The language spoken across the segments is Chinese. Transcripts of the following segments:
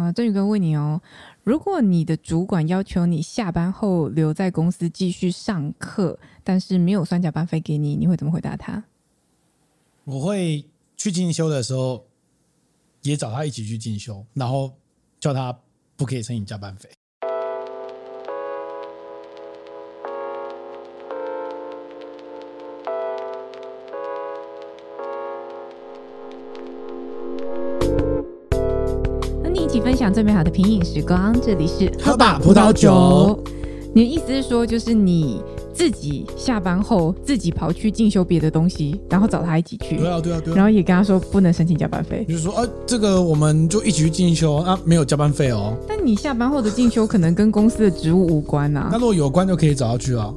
振宇哥问你哦，如果你的主管要求你下班后留在公司继续上课，但是没有算加班费给你，你会怎么回答他？ 我会去进修的时候也找他一起去进修，然后叫他不可以申请加班费。 一起分享最美好的品饮时光，这里是喝吧葡萄酒。 你的意思是说，就是你自己下班后自己跑去进修别的东西，然后找他一起去？ 对啊， 然后也跟他说不能申请加班费， 就是说这个我们就一起去进修啊，没有加班费哦。 但你下班后的进修可能跟公司的职务无关啊。 那如果有关就可以找他去啊。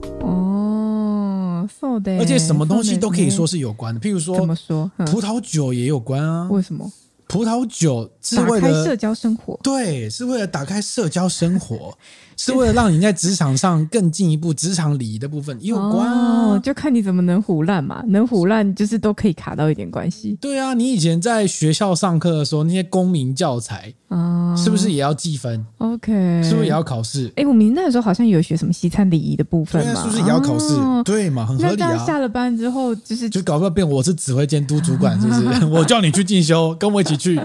so 的， 而且什么东西都可以说是有关的，譬如说， 怎么说？ 葡萄酒也有关啊。 为什么？ 葡萄酒是为了打开社交生活， 对，是为了打开社交生活，是为了让你在职场上更进一步，职场礼仪的部分也有关啊。 就看你怎么能唬烂嘛，能唬烂就是都可以卡到一点关系。 对啊，你以前在学校上课的时候，那些公民教材是不是也要计分 ？OK， 是不是也要考试？ 我们那个时候好像有学什么西餐礼仪的部分嘛， 是不是也要考试？对嘛，很合理啊。 那下了班之后就搞不好变我是指挥监督主管，是不是？我叫你去进修，跟我一起去。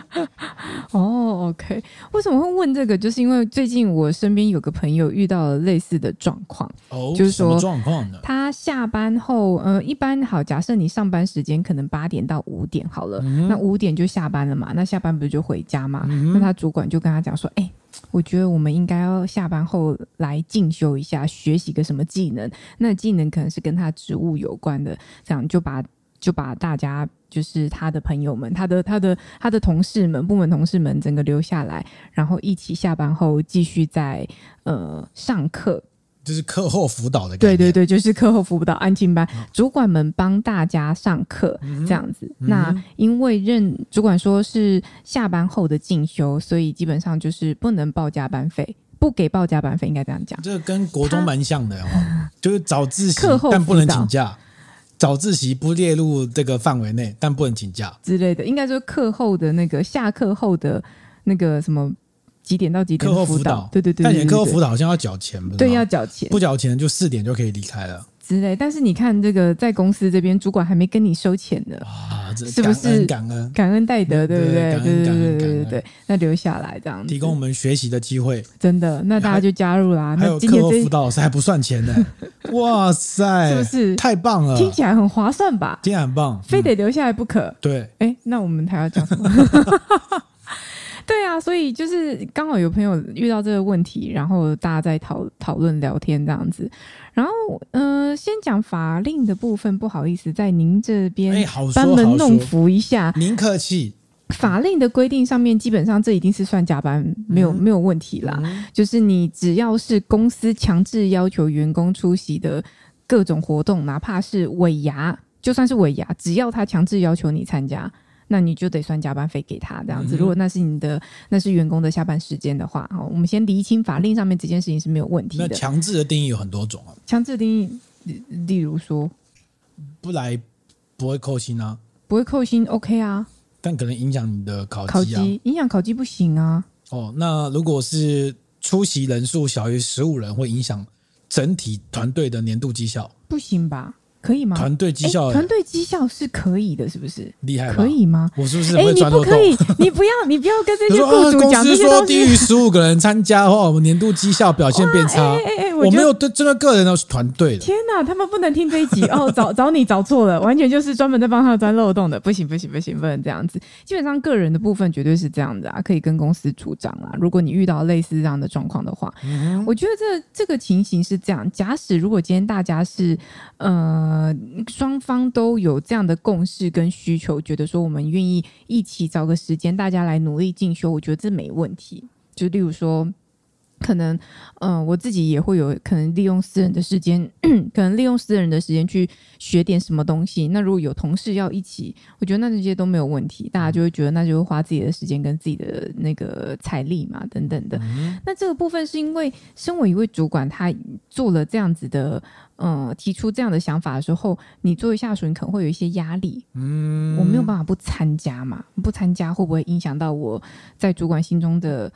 OK， 为什么会问这个？就是因为最近我身边有个朋友遇到了类似的状况，就是说什么状况呢？ 他下班后，一般好，假设你上班时间可能8点到5点好了，那5点就下班了嘛，那下班不是就回家嘛？那他主管就跟他讲说，我觉得我们应该要下班后来进修一下，学习个什么技能，那技能可能是跟他职务有关的，这样就把大家就是他的朋友们，他的同事们，部门同事们整个留下来，然后一起下班后继续在上课。 就是课后辅导的概念。 对，就是课后辅导安静班，主管们帮大家上课这样子。那因为主管说是下班后的进修，所以基本上就是不能报加班费，不给报加班费，应该这样讲。 这个跟国中蛮像的就是早自习课后但不能请假，早自习不列入这个范围内，但不能请假之类的。应该说课后的那个下课后的那个什么。几点到几点课后辅导？ 对。 但你课后辅导好像要缴钱， 对，要缴钱， 不缴钱就4点就可以离开了之类。但是你看这个在公司这边，主管还没跟你收钱呢，是不是感恩戴德，对不对？对，那留下来这样子， 提供我们学习的机会， 真的，那大家就加入啦。 还有课后辅导老师还不算钱呢，哇塞， 是不是太棒了？ 听起来很划算吧？ 听起来很棒， 非得留下来不可。 对， 那我们还要讲什么？对啊，所以就是刚好有朋友遇到这个问题，然后大家在讨论聊天这样子。然后先讲法令的部分，不好意思，在您这边班门弄斧一下。 您客气。 法令的规定上面，基本上这一定是算加班，没有问题啦。就是你只要是公司强制要求员工出席的各种活动，哪怕是尾牙，就算是尾牙，只要他强制要求你参加。那你就得算加班费给他这样子。如果那是员工的下班时间的话，我们先厘清法令上面这件事情是没有问题的。 那强制的定义有很多种啊。 强制的定义，例如说， 不来不会扣薪啊， 不会扣薪 ，OK 啊， 但可能影响你的考绩啊， 影响考绩不行啊。 那如果是出席人数小于15人，会影响整体团队的年度绩效， 不行吧？可以吗？ 团队绩效是可以的，是不是？ 厉害吧？ 可以吗？ 我是不是会钻漏洞？ 你不要跟这些雇主讲这些东西。公司说低于15个人参加的话，我们年度绩效表现变差。我没有针对个人的，是团队的。 天哪，他们不能听这一集找你找错了，完全就是专门在帮他钻漏洞的，不行，不能这样子。基本上个人的部分绝对是这样的啊，可以跟公司主张啦。如果你遇到类似这样的状况的话，我觉得这个情形是这样。假使如果今天大家是双方都有这样的共识跟需求，觉得说我们愿意一起找个时间，大家来努力进修，我觉得这没问题。就例如说，可能我自己也会有可能利用私人的时间去学点什么东西。那如果有同事要一起，我觉得那这些都没有问题，大家就会觉得那就会花自己的时间跟自己的那个财力嘛，等等的。那这个部分是因为身为一位主管，他做了这样子的提出这样的想法的时候，你作为下属，你可能会有一些压力。我没有办法不参加嘛，不参加会不会影响到我在主管心中的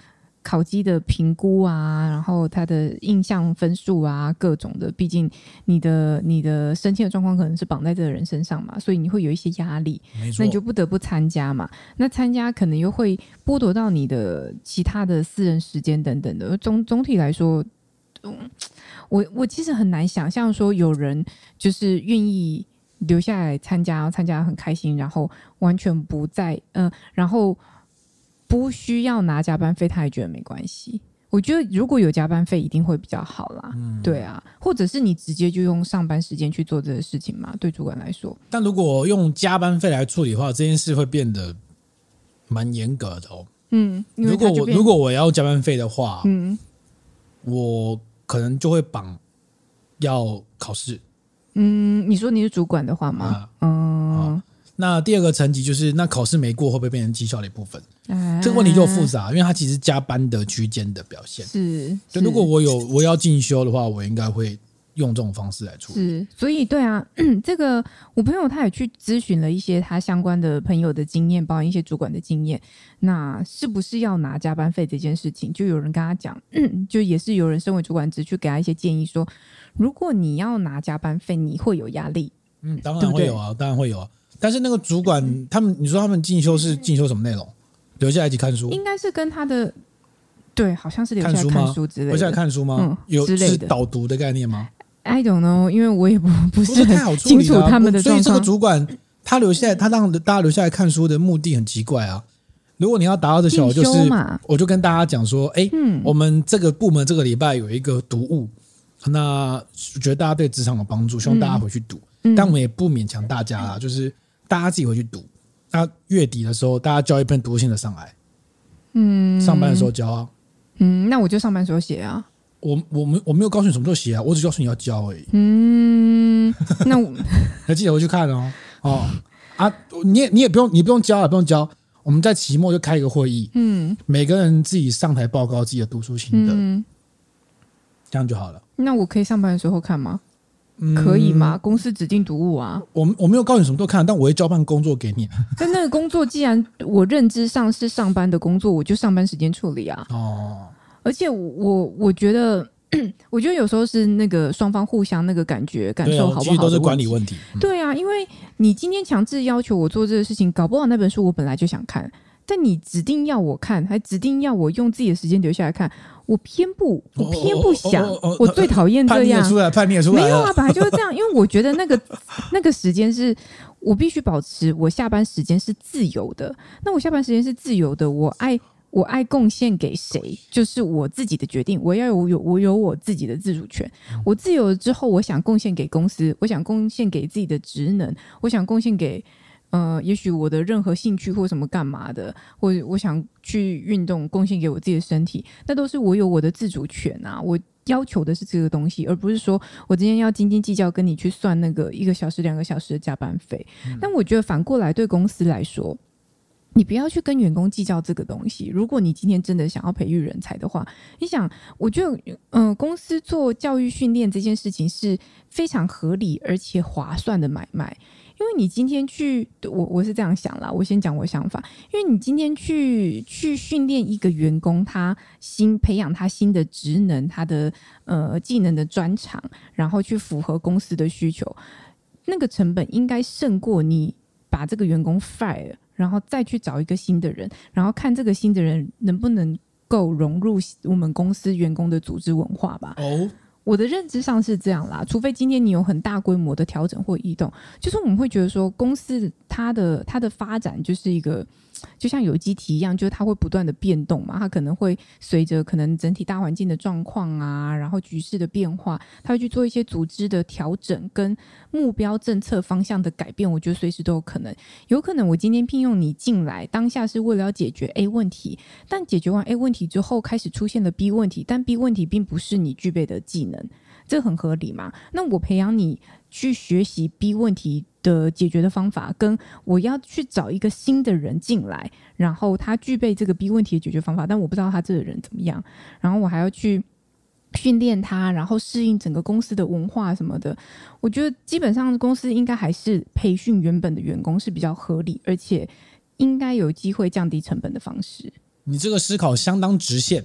考绩的评估啊，然后他的印象分数啊，各种的，毕竟你的升迁的状况可能是绑在这个人身上嘛，所以你会有一些压力， 没错， 那你就不得不参加嘛。那参加可能又会剥夺到你的其他的私人时间等等的。总体来说，我其实很难想象说有人就是愿意留下来参加很开心，然后完全不在然后不需要拿加班费，他也觉得没关系。我觉得如果有加班费一定会比较好啦，对啊，或者是你直接就用上班时间去做这个事情嘛，对主管来说。 但如果用加班费来处理的话，这件事会变得蛮严格的哦。 因为如果我要加班费的话，我可能就会绑要考试。 你说你是主管的话吗？ 那第二个层级就是，那考试没过会不会变成绩效的一部分？这个问题就复杂，因为它其实加班的区间的表现。就如果我要进修的话，我应该会用这种方式来处理。 所以对啊，这个我朋友他也去咨询了一些他相关的朋友的经验，包含一些主管的经验。那是不是要拿加班费这件事情，就有人跟他讲，就也是有人身为主管职去给他一些建议说，如果你要拿加班费，你会有压力。 当然会有啊，当然会有啊。但是那个主管你说他们进修是进修什么内容？留下来一起看书？应该是跟他的对，好像是留下来看书之类的。 留下来看书吗？有是导读的概念吗 ？I don't know， 因为我也不是很清楚他们的状况。 所以这个主管他留下来，他让大家留下来看书的目的很奇怪啊。如果你要达到的效果，就是我就跟大家讲说，我们这个部门这个礼拜有一个读物，那我觉得大家对职场有帮助，希望大家回去读。但我们也不勉强大家啦，就是大家自己回去读。那月底的时候，大家交一篇读信的上来。上班的时候交啊。 那我就上班的时候写啊。 我没有告诉你什么时候写啊，我只告诉你要交而已。 那我还记得回去看哦。你也不用交啊，不用交。我们在期末就开一个会议，每个人自己上台报告自己的读书心得，这样就好了。 那我可以上班的时候看吗？可以吗？公司指定读物啊。 我没有告诉你什么都看，但我会交办工作给你。 但那个工作既然我认知上是上班的工作，我就上班时间处理啊。而且我觉得我觉得有时候是那个双方互相那个感受好不好，其实都是管理问题。 对啊，因为你今天强制要求我做这个事情，搞不好那本书我本来就想看，但你指定要我看，还指定要我用自己的时间留下来看，我偏不想。我最讨厌这样叛逆出来没有啊，本来就是这样。因为我觉得那个时间是我必须保持我下班时间是自由的。那我下班时间是自由的，我爱贡献给谁，就是我自己的决定。我有我自己的自主权。我自由了之后，我想贡献给公司，我想贡献给自己的职能，我想贡献给也许我的任何兴趣或什么干嘛的，或者我想去运动，贡献给我自己的身体，那都是我有我的自主权啊。我要求的是这个东西，而不是说我今天要斤斤计较跟你去算那个1个小时2个小时的加班费。但我觉得反过来对公司来说，你不要去跟员工计较这个东西。如果你今天真的想要培育人才的话，你想，我觉得公司做教育训练这件事情是非常合理而且划算的买卖。因为你今天去，我是这样想啦，我先讲我想法。因为你今天去训练一个员工，他培养他新的职能，他的技能的专长，然后去符合公司的需求，那个成本应该胜过你把这个员工 fire， 然后再去找一个新的人，然后看这个新的人能不能够融入我们公司员工的组织文化吧。我的认知上是这样啦，除非今天你有很大规模的调整或异动，就是我们会觉得说公司它的发展就是一个就像有机体一样，就是它会不断的变动嘛，它可能会随着可能整体大环境的状况啊，然后局势的变化，它会去做一些组织的调整跟目标政策方向的改变。我觉得随时都有可能，有可能我今天聘用你进来，当下是为了要解决 A 问题，但解决完 A 问题之后开始出现了 B 问题，但 B 问题并不是你具备的技能，这很合理嘛？那我培养你去学习 B 问题的解决的方法，跟我要去找一个新的人进来，然后他具备这个 B 问题的解决方法，但我不知道他这个人怎么样，然后我还要去训练他，然后适应整个公司的文化什么的。我觉得基本上公司应该还是培训原本的员工是比较合理，而且应该有机会降低成本的方式。 你这个思考相当直线，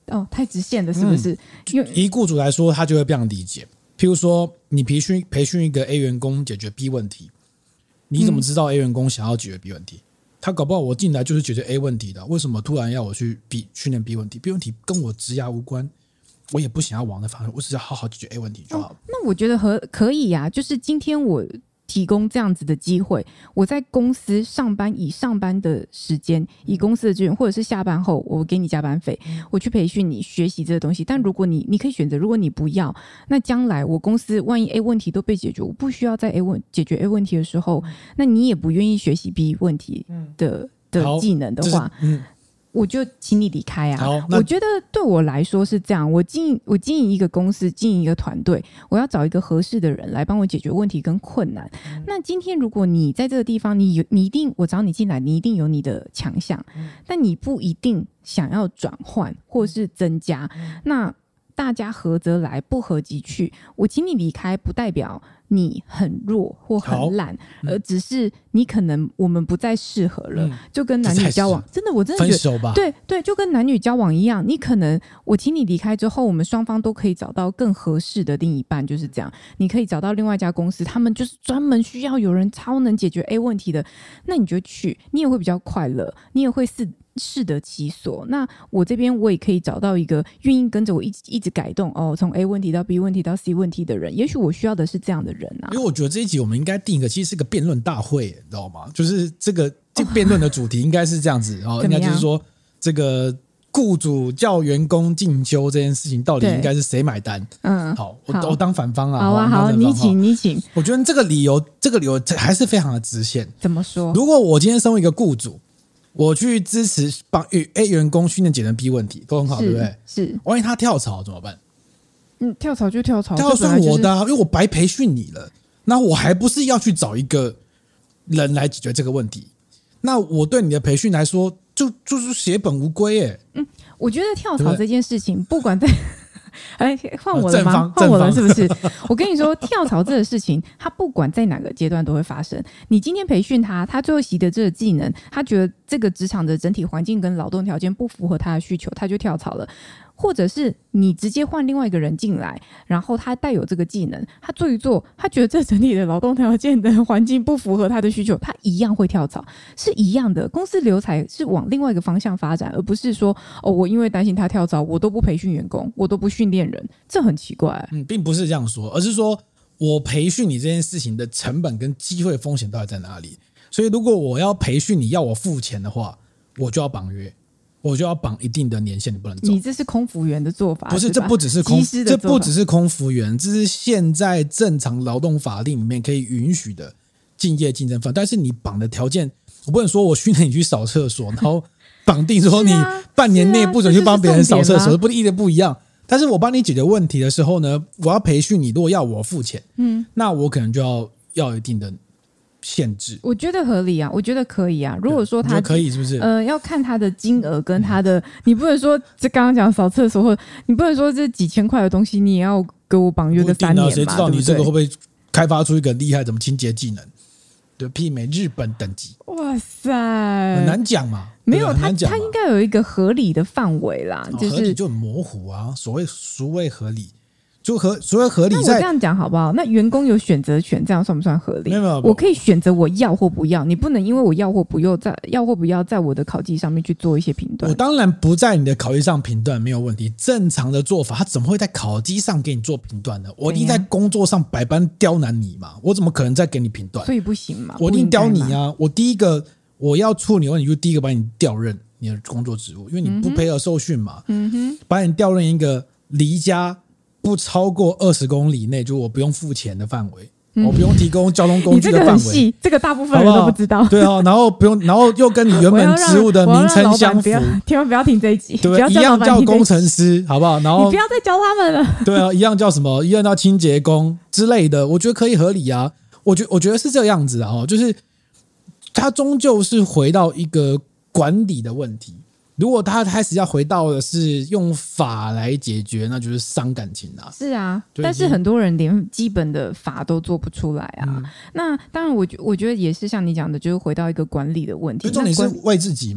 太直线了是不是？ 以雇主来说，他就会这样理解。譬如说，你培训一个 A 员工解决 B 问题，你怎么知道 A 员工想要解决 B 问题？他搞不好我进来就是解决 A 问题的，为什么突然要我去训练 B 问题？ B 问题跟我职涯无关，我也不想要往那方向，我只要好好解决 A 问题就好了。 那我觉得可以啊，就是今天我提供这样子的机会，我在公司上班，以上班的时间，以公司的资源，或者是下班后我给你加班费，我去培训你学习这个东西。但如果你可以选择，如果你不要，那将来我公司万一 A 问题都被解决，我不需要在解决 A 问题的时候，那你也不愿意学习 B 问题的技能的话，我就请你离开啊！我觉得对我来说是这样，我经营一个公司，经营一个团队，我要找一个合适的人来帮我解决问题跟困难。那今天如果你在这个地方，你一定我找你进来，你一定有你的强项，但你不一定想要转换或是增加。那大家合则来，不合即去。我请你离开，不代表你很弱或很懒，而只是你可能我们不再适合了，就跟男女交往，真的我真的觉得分手吧， 对，就跟男女交往一样，你可能我请你离开之后，我们双方都可以找到更合适的另一半，就是这样。你可以找到另外一家公司，他们就是专门需要有人超能解决 A 问题的，那你就去，你也会比较快乐，你也会适得其所。那我这边我也可以找到一个愿意跟着我一直改动从 A 问题到 B 问题到 C 问题的人，也许我需要的是这样的人啊。 因为我觉得这一集我们应该定一个，其实是个辩论大会，你知道吗？就是这辩论的主题应该是这样子应该就是说这个雇主叫员工进修这件事情到底应该是谁买单？好，我当反方啊。 好啊，好，你请。 我觉得这个理由还是非常的直线。 怎么说？ 如果我今天身为一个雇主，我去支持帮 A 员工训练解决 B 问题，都很好，对不对？ 是。 万一他跳槽怎么办？ 跳槽就跳槽， 跳槽算我的因为我白培训你了。那我还不是要去找一个人来解决这个问题？那我对你的培训来说，就是血本无归耶。 我觉得跳槽这件事情，不管在换我了吗？换我了是不是？我跟你说，跳槽这个事情，它不管在哪个阶段都会发生。你今天培训他最后习得这个技能，他觉得这个职场的整体环境跟劳动条件不符合他的需求，他就跳槽了。或者是你直接换另外一个人进来，然后他带有这个技能，他做一做，他觉得这整体的劳动条件的环境不符合他的需求，他一样会跳槽，是一样的。公司留才是往另外一个方向发展，而不是说我因为担心他跳槽，我都不培训员工，我都不训练人，这很奇怪。 并不是这样说，而是说我培训你这件事情的成本跟机会风险到底在哪里？所以如果我要培训你要我付钱的话，我就要绑约。我就要绑一定的年限，你不能走。 你这是空服员的做法， 不是？这不只是空服员，这是现在正常劳动法令里面可以允许的竞业竞争法。但是你绑的条件，我不能说我训练你去扫厕所，然后绑定说你半年内不准去帮别人扫厕所，不一的不一样。但是我帮你解决问题的时候呢，我要培训你，如果要我付钱，那我可能就要一定的限制。 我觉得合理啊，我觉得可以啊。如果说他可以，是不是？ 要看他的金额跟他的，你不能说这刚刚讲扫厕所，或你不能说这几千块的东西，你也要给我绑约个3年嘛？ 谁知道你这个会不会开发出一个厉害怎么清洁技能，对，媲美日本等级？ 哇塞， 很难讲嘛。 没有，他应该有一个合理的范围啦，就是合理就很模糊啊。所谓合理。所谓合理，那我这样讲好不好？那员工有选择权，这样算不算合理？ 没有， 我可以选择我要或不要，你不能因为我要或不要在我的考绩上面去做一些评断。 我当然不在你的考绩上评断，没有问题。正常的做法，他怎么会在考绩上给你做评断呢？我一定在工作上百般刁难你嘛，我怎么可能再给你评断？ 所以不行嘛， 我一定刁你啊！我第一个我要处理问题，就第一个把你调任你的工作职务，因为你不配合受训嘛，把你调任一个离家不超过20公里内，就我不用付钱的范围，我不用提供交通工具的范围。 你这个很细，这个大部分人都不知道。 对啊，然后不用，然后又跟你原本职务的名称相符。 千万不要听这一集， 对，一样叫工程师，好不好？然后你不要再教他们了。 对啊，一样叫什么？一样叫清洁工之类的，我觉得可以合理啊。我觉得是这个样子啊，就是它终究是回到一个管理的问题。如果他开始要回到的是用法来解决，那就是伤感情啊。 是啊，但是很多人连基本的法都做不出来啊。那当然我觉得也是像你讲的，就是回到一个管理的问题。 重点是为自己嘛，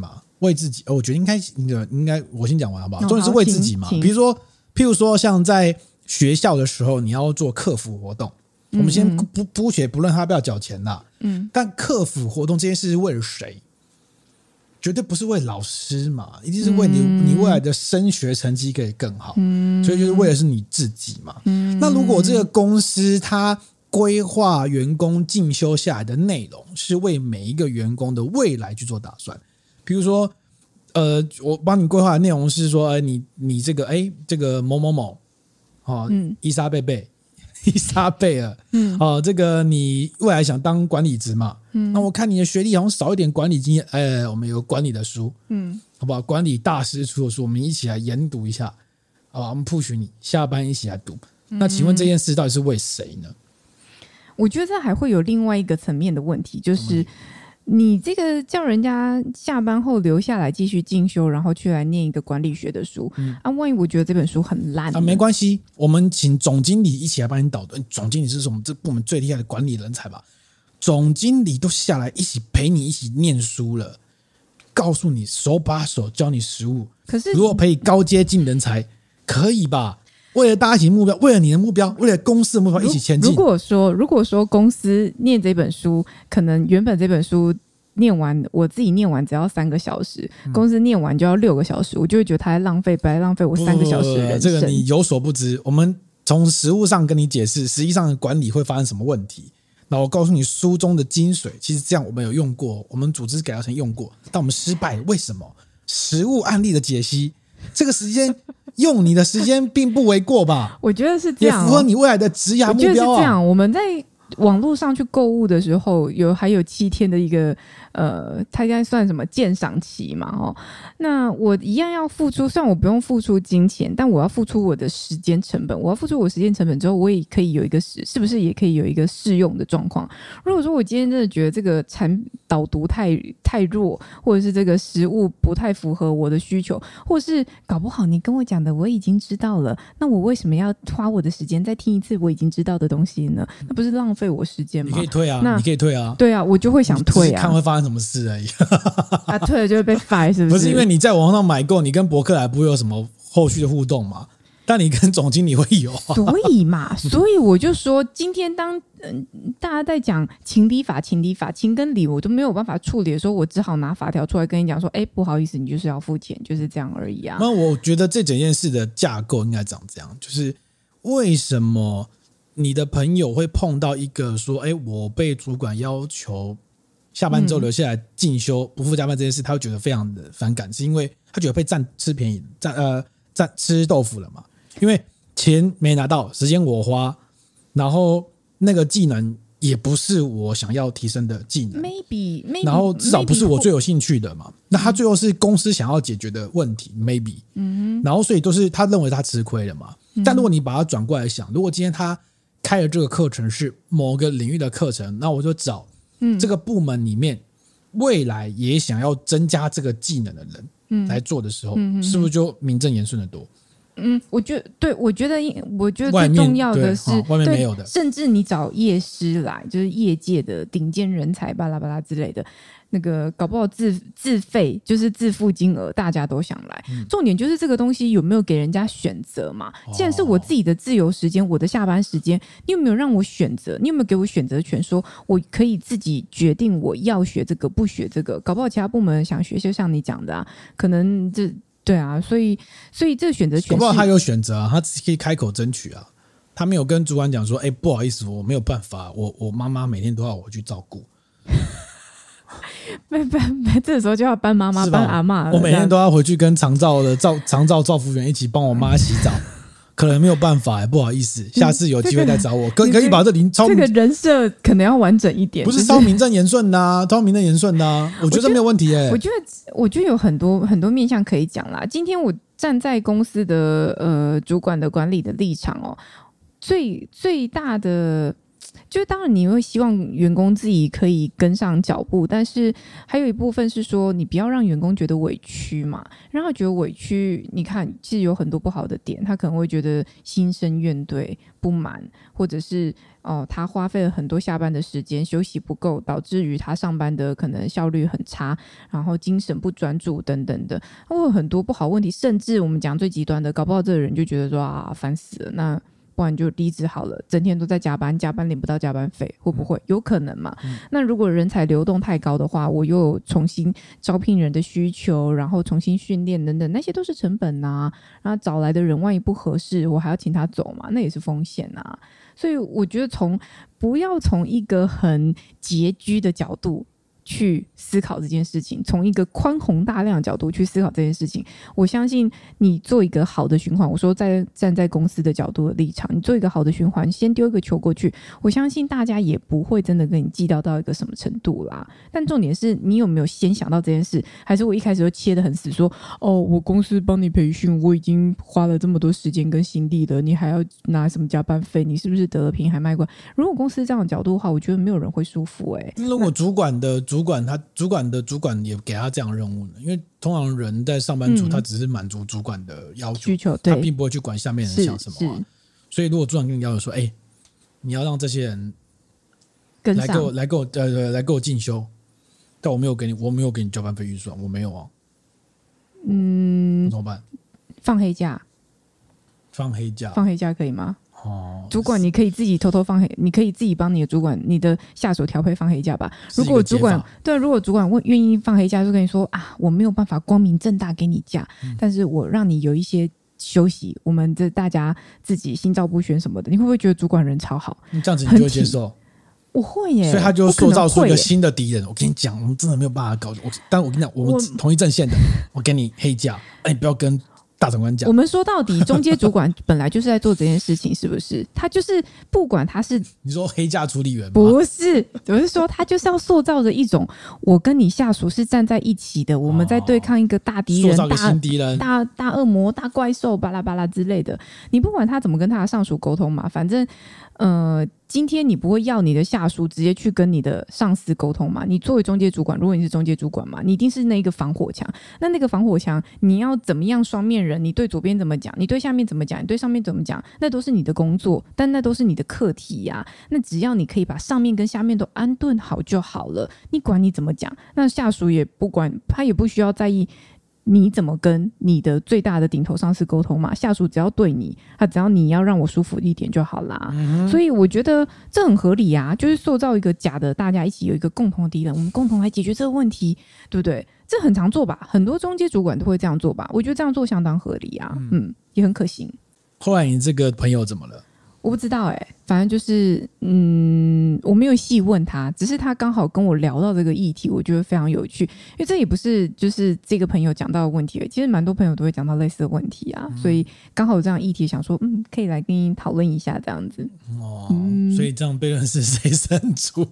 为自己，我觉得应该我先讲完好不好？重点是为自己嘛。譬如说像在学校的时候，你要做客服活动，我们先姑且不论他要不要缴钱啦，但客服活动这件事是为了谁？绝对不是为老师嘛，一定是为你未来的升学成绩可以更好，所以就是为的是你自己嘛。那如果这个公司它规划员工进修下来的内容是为每一个员工的未来去做打算，比如说我帮你规划的内容是说你这个某某某伊莎贝尔这个你未来想当管理职嘛，那我看你的学历好像少一点管理经验，我们有管理的书，好不好？管理大师出的书我们一起来研读一下，好吧？我们 push 你下班一起来读。那请问这件事到底是为谁呢？ 我觉得这还会有另外一个层面的问题，就是你这个叫人家下班后留下来继续进修，然后去来念一个管理学的书，万一我觉得这本书很烂没关系，我们请总经理一起来帮你导读。总经理是我们这部门最厉害的管理人才吧？总经理都下来一起陪你一起念书了，告诉你手把手教你实务。可是如果陪你高阶进人才，可以吧？为了大家一起目标，为了你的目标，为了公司的目标一起前进。如果说公司念这本书，可能原本这本书念完，我自己念完只要3个小时，公司念完就要6个小时，我就会觉得他在浪费，白浪费我3个小时的人生。 这个你有所不知，我们从实务上跟你解释，实际上的管理会发生什么问题。那我告诉你书中的精髓，其实这样我们有用过，我们组织改造成用过，但我们失败了，为什么？实务案例的解析，这个时间用你的时间并不为过吧？ 我觉得是这样， 也符合你未来的职涯目标啊。 我觉得是这样，我们在网络上去购物的时候，还有7天的一个它应该算什么鉴赏期嘛？那我一样要付出，虽然我不用付出金钱，但我要付出我的时间成本。我要付出我时间成本之后，我也可以有一个是不是也可以有一个试用的状况？如果说我今天真的觉得这个导读太弱，或者是这个实务不太符合我的需求，或是搞不好你跟我讲的我已经知道了，那我为什么要花我的时间再听一次我已经知道的东西呢？那不是浪费我时间吗？ 你可以退啊，你可以退啊。 对啊，我就会想退啊， 看会发生什么事而已。 退了就会被 fire 是不是？ 不是因为你在网上买购，你跟博客来不会有什么后续的互动嘛？但你跟总经理会有所以我就说，今天当大家在讲情理法、情跟理我都没有办法处理的时候，我只好拿法条出来跟你讲说，不好意思，你就是要付钱，就是这样而已啊。 那我觉得这整件事的架构应该长这样，就是为什么你的朋友会碰到一个说，我被主管要求下班之后留下来进修，不付加班这件事，他会觉得非常的反感，是因为他觉得被吃便宜，吃豆腐了嘛？因为钱没拿到，时间我花，然后那个技能也不是我想要提升的技能 ，maybe， 然后至少不是我最有兴趣的嘛。那他最后是公司想要解决的问题 ，maybe，然后所以都是他认为他吃亏了嘛。但如果你把它转过来想，如果今天他开的这个课程是某个领域的课程，那我就找这个部门里面未来也想要增加这个技能的人来做的时候，是不是就名正言顺的多？ 我觉得对，我觉得最重要的是外面没有的， 甚至你找业师来，就是业界的顶尖人才，巴拉巴拉之类的，那个搞不好自费就是自付金额，大家都想来。重点就是这个东西有没有给人家选择嘛？既然是我自己的自由时间，我的下班时间，你有没有让我选择？你有没有给我选择权，说我可以自己决定我要学这个不学这个？搞不好其他部门想学，就像你讲的啊，可能对啊，所以这个选择权， 搞不好他有选择啊，他可以开口争取啊。他没有跟主管讲说，不好意思，我没有办法，我妈妈每天都要我去照顾。 这时候就要搬妈妈搬阿嬷了。 我每天都要回去跟长照照服员一起帮我妈洗澡。可能没有办法，不好意思，下次有机会再找我。可以把这个人设可能要完整一点， 不是超名正言顺的啊，我觉得没有问题耶。 我觉得有很多面向可以讲啦。今天我站在公司的主管的管理的立场最大的就当然你会希望员工自己可以跟上脚步，但是还有一部分是说你不要让员工觉得委屈嘛，让他觉得委屈。你看其实有很多不好的点，他可能会觉得心生怨怼不满，或者是他花费了很多下班的时间休息不够，导致于他上班的可能效率很差，然后精神不专注等等的，会有很多不好问题。甚至我们讲最极端的，搞不好这个人就觉得说啊烦死了，那不然就离职好了，整天都在加班，加班领不到加班费，会不会有可能嘛？那如果人才流动太高的话，我又有重新招聘人的需求，然后重新训练等等，那些都是成本啊。然后找来的人万一不合适，我还要请他走嘛，那也是风险啊。所以我觉得不要从一个很拮据的角度去思考这件事情，从一个宽宏大量的角度去思考这件事情。我相信你做一个好的循环，我说站在公司的角度的立场，你做一个好的循环，先丢一个球过去，我相信大家也不会真的跟你计较到一个什么程度啦。但重点是你有没有先想到这件事，还是我一开始就切得很死说我公司帮你培训，我已经花了这么多时间跟心力了，你还要拿什么加班费，你是不是得了便宜还卖乖？如果公司这样的角度的话，我觉得没有人会舒服如果主管的主管也给他这样的任务呢？因为通常人在上班族，他只是满足主管的要求， 需求，对， 他并不会去管下面人想什么所以如果主管跟你要求说，你要让这些人跟上来给我进修，但我没有给你交班费预算，我没有啊。怎么办？ 放黑假可以吗？主管你可以自己偷偷放黑，你可以自己帮你的主管、你的下属调配放黑假吧。如果主管愿意放黑假，就跟你说我没有办法光明正大给你假，但是我让你有一些休息，我们大家自己心照不宣什么的，你会不会觉得主管人超好？ 这样子你就会接受？ 我会耶， 所以他就塑造出一个新的敌人。我跟你讲，我们真的没有办法搞，但我跟你讲，我们同一阵线的，我给你黑假，你不要跟大长官讲。 我们说到底，中阶主管本来就是在做这件事情，是不是？他就是不管他是你说黑价处理员吗？ 不是，我是说他就是要塑造着一种我跟你下属是站在一起的，我们在对抗一个大敌人、 塑造个新敌人、 大恶魔、大怪兽，巴拉巴拉之类的。你不管他怎么跟他的上属沟通嘛，反正今天你不会要你的下属直接去跟你的上司沟通嘛？你作为中阶主管，如果你是中阶主管嘛，你一定是那个防火墙。那个防火墙，你要怎么样双面人？你对左边怎么讲？你对下面怎么讲？你对上面怎么讲？那都是你的工作，但那都是你的课题呀。那只要你可以把上面跟下面都安顿好就好了。你管你怎么讲，那下属也不管，他也不需要在意你怎么跟你的最大的顶头上司沟通嘛？下属只要对你，只要你要让我舒服一点就好啦。所以我觉得这很合理啊，就是塑造一个假的，大家一起有一个共同的敌人，我们共同来解决这个问题，对不对？这很常做吧，很多中阶主管都会这样做吧。我觉得这样做相当合理啊，也很可行。 后来你这个朋友怎么了？ 我不知道反正就是我没有细问他，只是他刚好跟我聊到这个议题，我觉得非常有趣，因为这也不是就是这个朋友讲到的问题，其实蛮多朋友都会讲到类似的问题啊，所以刚好有这样议题，想说可以来跟你讨论一下这样子。 所以这样悖论是谁胜出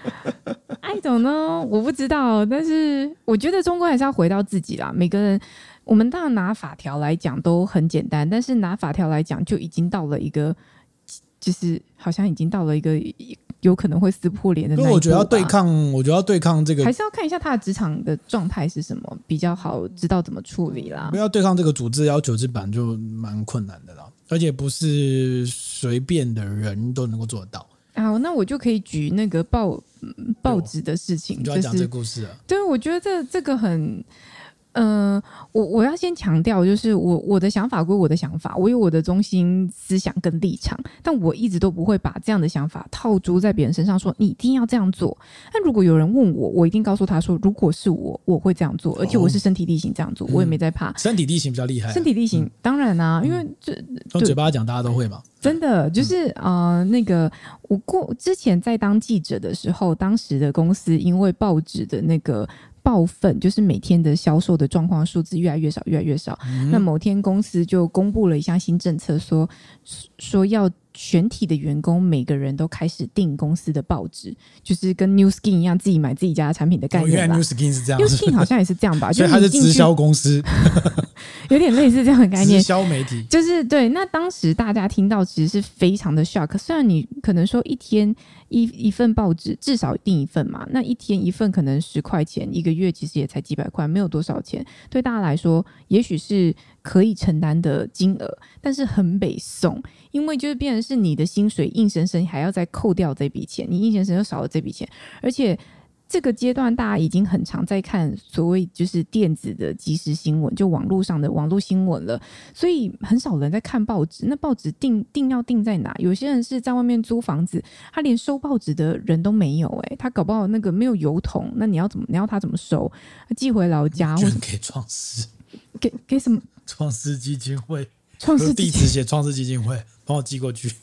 ？I don't know， 我不知道，但是我觉得终归还是要回到自己啦。每个人，我们当然拿法条来讲都很简单，但是拿法条来讲就已经到了一个。就是好像已经到了一个有可能会撕破脸的那一步吧。 我觉得要对抗这个， 还是要看一下他的职场的状态是什么，比较好知道怎么处理啦。 不要对抗这个组织要求之版就蛮困难的啦，而且不是随便的人都能够做得到。 那我就可以举那个报纸的事情， 你就要讲这个故事了。 对，我觉得这个很。我要先强调，就是我的想法归我的想法，我有我的中心思想跟立场，但我一直都不会把这样的想法套诸在别人身上，说你一定要这样做。但如果有人问我，我一定告诉他说，如果是我会这样做，而且我是身体力行这样做，我也没在怕。 身体力行比较厉害， 身体力行当然因为从嘴巴讲大家都会嘛。 真的就是那个我之前在当记者的时候，当时的公司因为报纸的那个报份，就是每天的销售的状况数字越来越少，那某天公司就公布了一项新政策，说要全体的员工每个人都开始订公司的报纸，就是跟 New Skin 一样，自己买自己家产品的概念啦。 原来 New Skin 是这样 ，New Skin 好像也是这样吧？ 所以它是直销公司， 有点类似这样的概念。 直销媒体就是对。那当时大家听到其实是非常的 shock， 虽然你可能说一天一份报纸至少订一份嘛，那一天一份可能10块钱，一个月其实也才几百块，没有多少钱，对大家来说也许是可以承担的金额，但是很北宋，因为就是变成是你的薪水硬生生还要再扣掉这笔钱，你硬生生又少了这笔钱，而且这个阶段大家已经很常在看所谓就是电子的即时新闻，就网络上的网络新闻了，所以很少人在看报纸。那报纸订要订在哪？有些人是在外面租房子，他连收报纸的人都没有，他搞不好那个没有邮筒，那你要他怎么收？寄回老家？ 捐给创世， 给什么？ 创世基金会， 创世地址写创世基金会，帮我寄过去。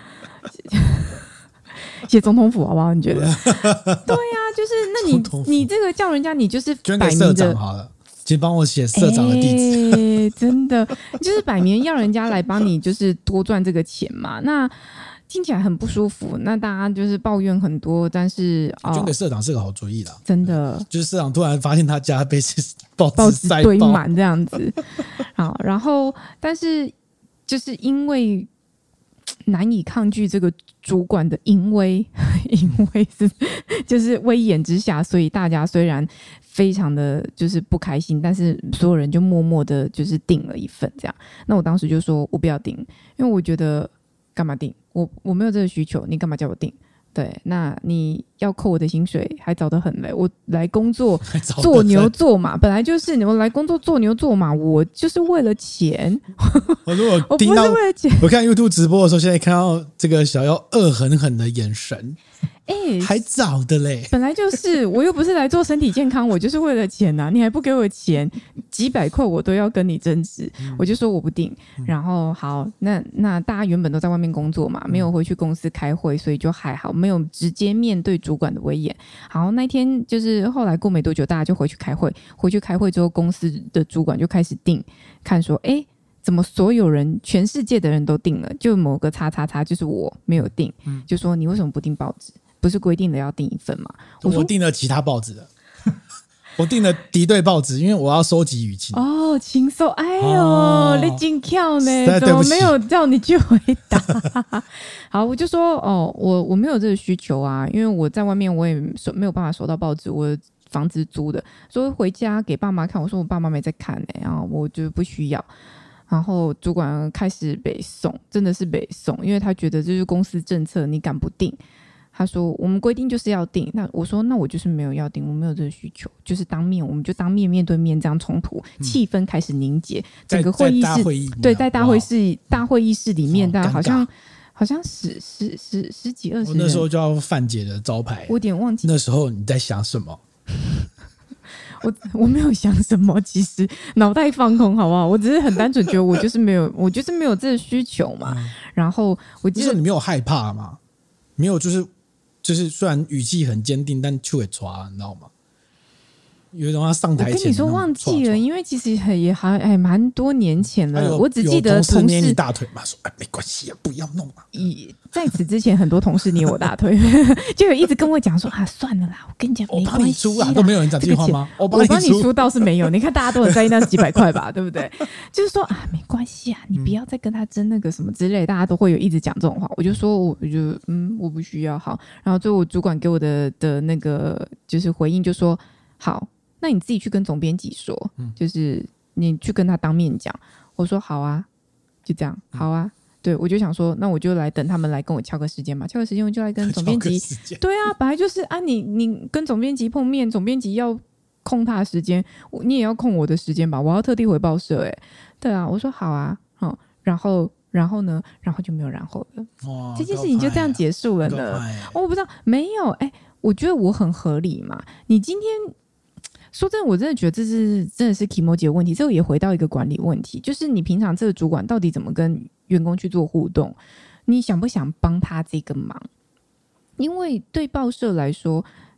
写总统府好不好？你觉得？对啊，就是那你这个叫人家，你就是捐给社长好了，请帮我写社长的地址。 真的，就是摆明要人家来帮你，就是多赚这个钱嘛。那听起来很不舒服，那大家就是抱怨很多，但是捐给社长是个好主意啦， 真的。 就是社长突然发现他家被报纸堆满这样子，好，然后但是就是因为难以抗拒这个主管的淫威是就是威严之下，所以大家虽然非常的就是不开心，但是所有人就默默的就是订了一份这样。那我当时就说我不要订，因为我觉得干嘛订？我没有这个需求，你干嘛叫我订？对，那你要扣我的薪水还早得很嘞！我来工作做牛做马，本来就是我来工作做牛做马，我就是为了钱。 我如果我不是为了钱。 我看 YouTube 直播的时候，现在看到这个小妖恶狠狠的眼神。还早的嘞， 本来就是我又不是来做身体健康，我就是为了钱啊！你还不给我钱，几百块我都要跟你争执，我就说我不定。然后好，那大家原本都在外面工作嘛，没有回去公司开会，所以就还好，没有直接面对主管的威严。好，那天就是后来过没多久，大家就回去开会。回去开会之后，公司的主管就开始定，看说，怎么所有人全世界的人都定了，就某个叉叉叉就是我没有定，就说你为什么不订报纸？不是规定的要订一份吗？ 我订了其他报纸的，我订了敌对报纸，因为我要收集舆情。 哦，轻松，哎呦，你真巧呢，怎么没有叫你去回答？好，我就说我没有这个需求啊，因为我在外面我也没有办法收到报纸，我房子租的，所以回家给爸妈看。我说我爸妈没在看然后我就不需要。然后主管开始北送，真的是北送，因为他觉得这是公司政策，你敢不定？他说我们规定就是要定，那我说那我就是没有要定，我没有这个需求，就是我们就当面对面这样冲突，气氛开始凝结，整个会议室对，在大会议室里面，但好像十几20人， 我那时候就要范姐的招牌， 我有点忘记那时候你在想什么。 我没有想什么，其实脑袋放空，好不好？我只是很单纯觉得我就是没有这个需求嘛。然后我记得你没有害怕吗？没有，就是虽然语气很坚定，但就会抓，你知道吗？有一种他上台前， 我跟你说忘记了，因为其实也还蛮多年前了。我只记得同事捏你大腿嘛，说没关系啊，不要弄啊。 在此之前，很多同事捏我大腿，就有一直跟我讲说算了啦，我跟你讲，没关系， 我帮你出啊，都没有人讲这句话吗？ 我帮你出倒是没有，你看大家都很在意那几百块吧，对不对？就是说没关系啊，你不要再跟他争那个什么之类，大家都会有一直讲这种话。我就说，我不需要好，然后最后我主管给我的那个就是回应，就说好。那你自己去跟总编辑说，就是你去跟他当面讲。我说好啊，就这样，好啊。对，我就想说，那我就来等他们来跟我敲个时间嘛，敲个时间我就来跟总编辑。对啊，本来就是啊，你跟总编辑碰面，总编辑要空他的时间，你也要空我的时间吧，我要特地回报社对啊，我说好啊，然后呢，然后就没有然后了，这件事情就这样结束了呢。我不知道，没有我觉得我很合理嘛，你今天。说真的，我真的觉得这是真的是 Kimoji 的问题，这个也回到一个管理问题，就是你平常这个主管到底怎么跟员工去做互动，你想不想帮他这个忙？因为对报社来说，他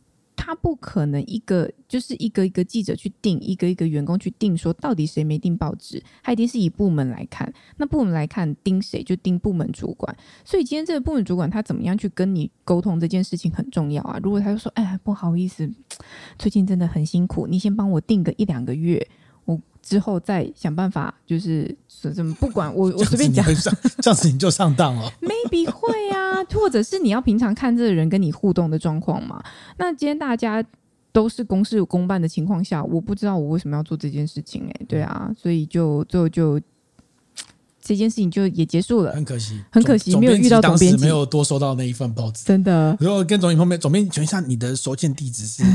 他不可能就是一个记者去定，一个员工去定说到底谁没订报纸，他一定是以部门来看，那部门来看盯谁就盯部门主管，所以今天这个部门主管他怎么样去跟你沟通这件事情很重要啊。如果他就说哎不好意思，最近真的很辛苦，你先帮我定个1-2个月，我之后再想办法，就是怎么不管我随便讲， 这样子你就上当了。 maybe 会啊，或者是你要平常看这个人跟你互动的状况嘛。那今天大家都是公事公办的情况下，我不知道我为什么要做这件事情对啊，所以就这件事情就也结束了， 很可惜， 没有遇到总编辑， 没有多收到那一份报纸， 真的。 如果跟总编辑请问一下你的收件地址是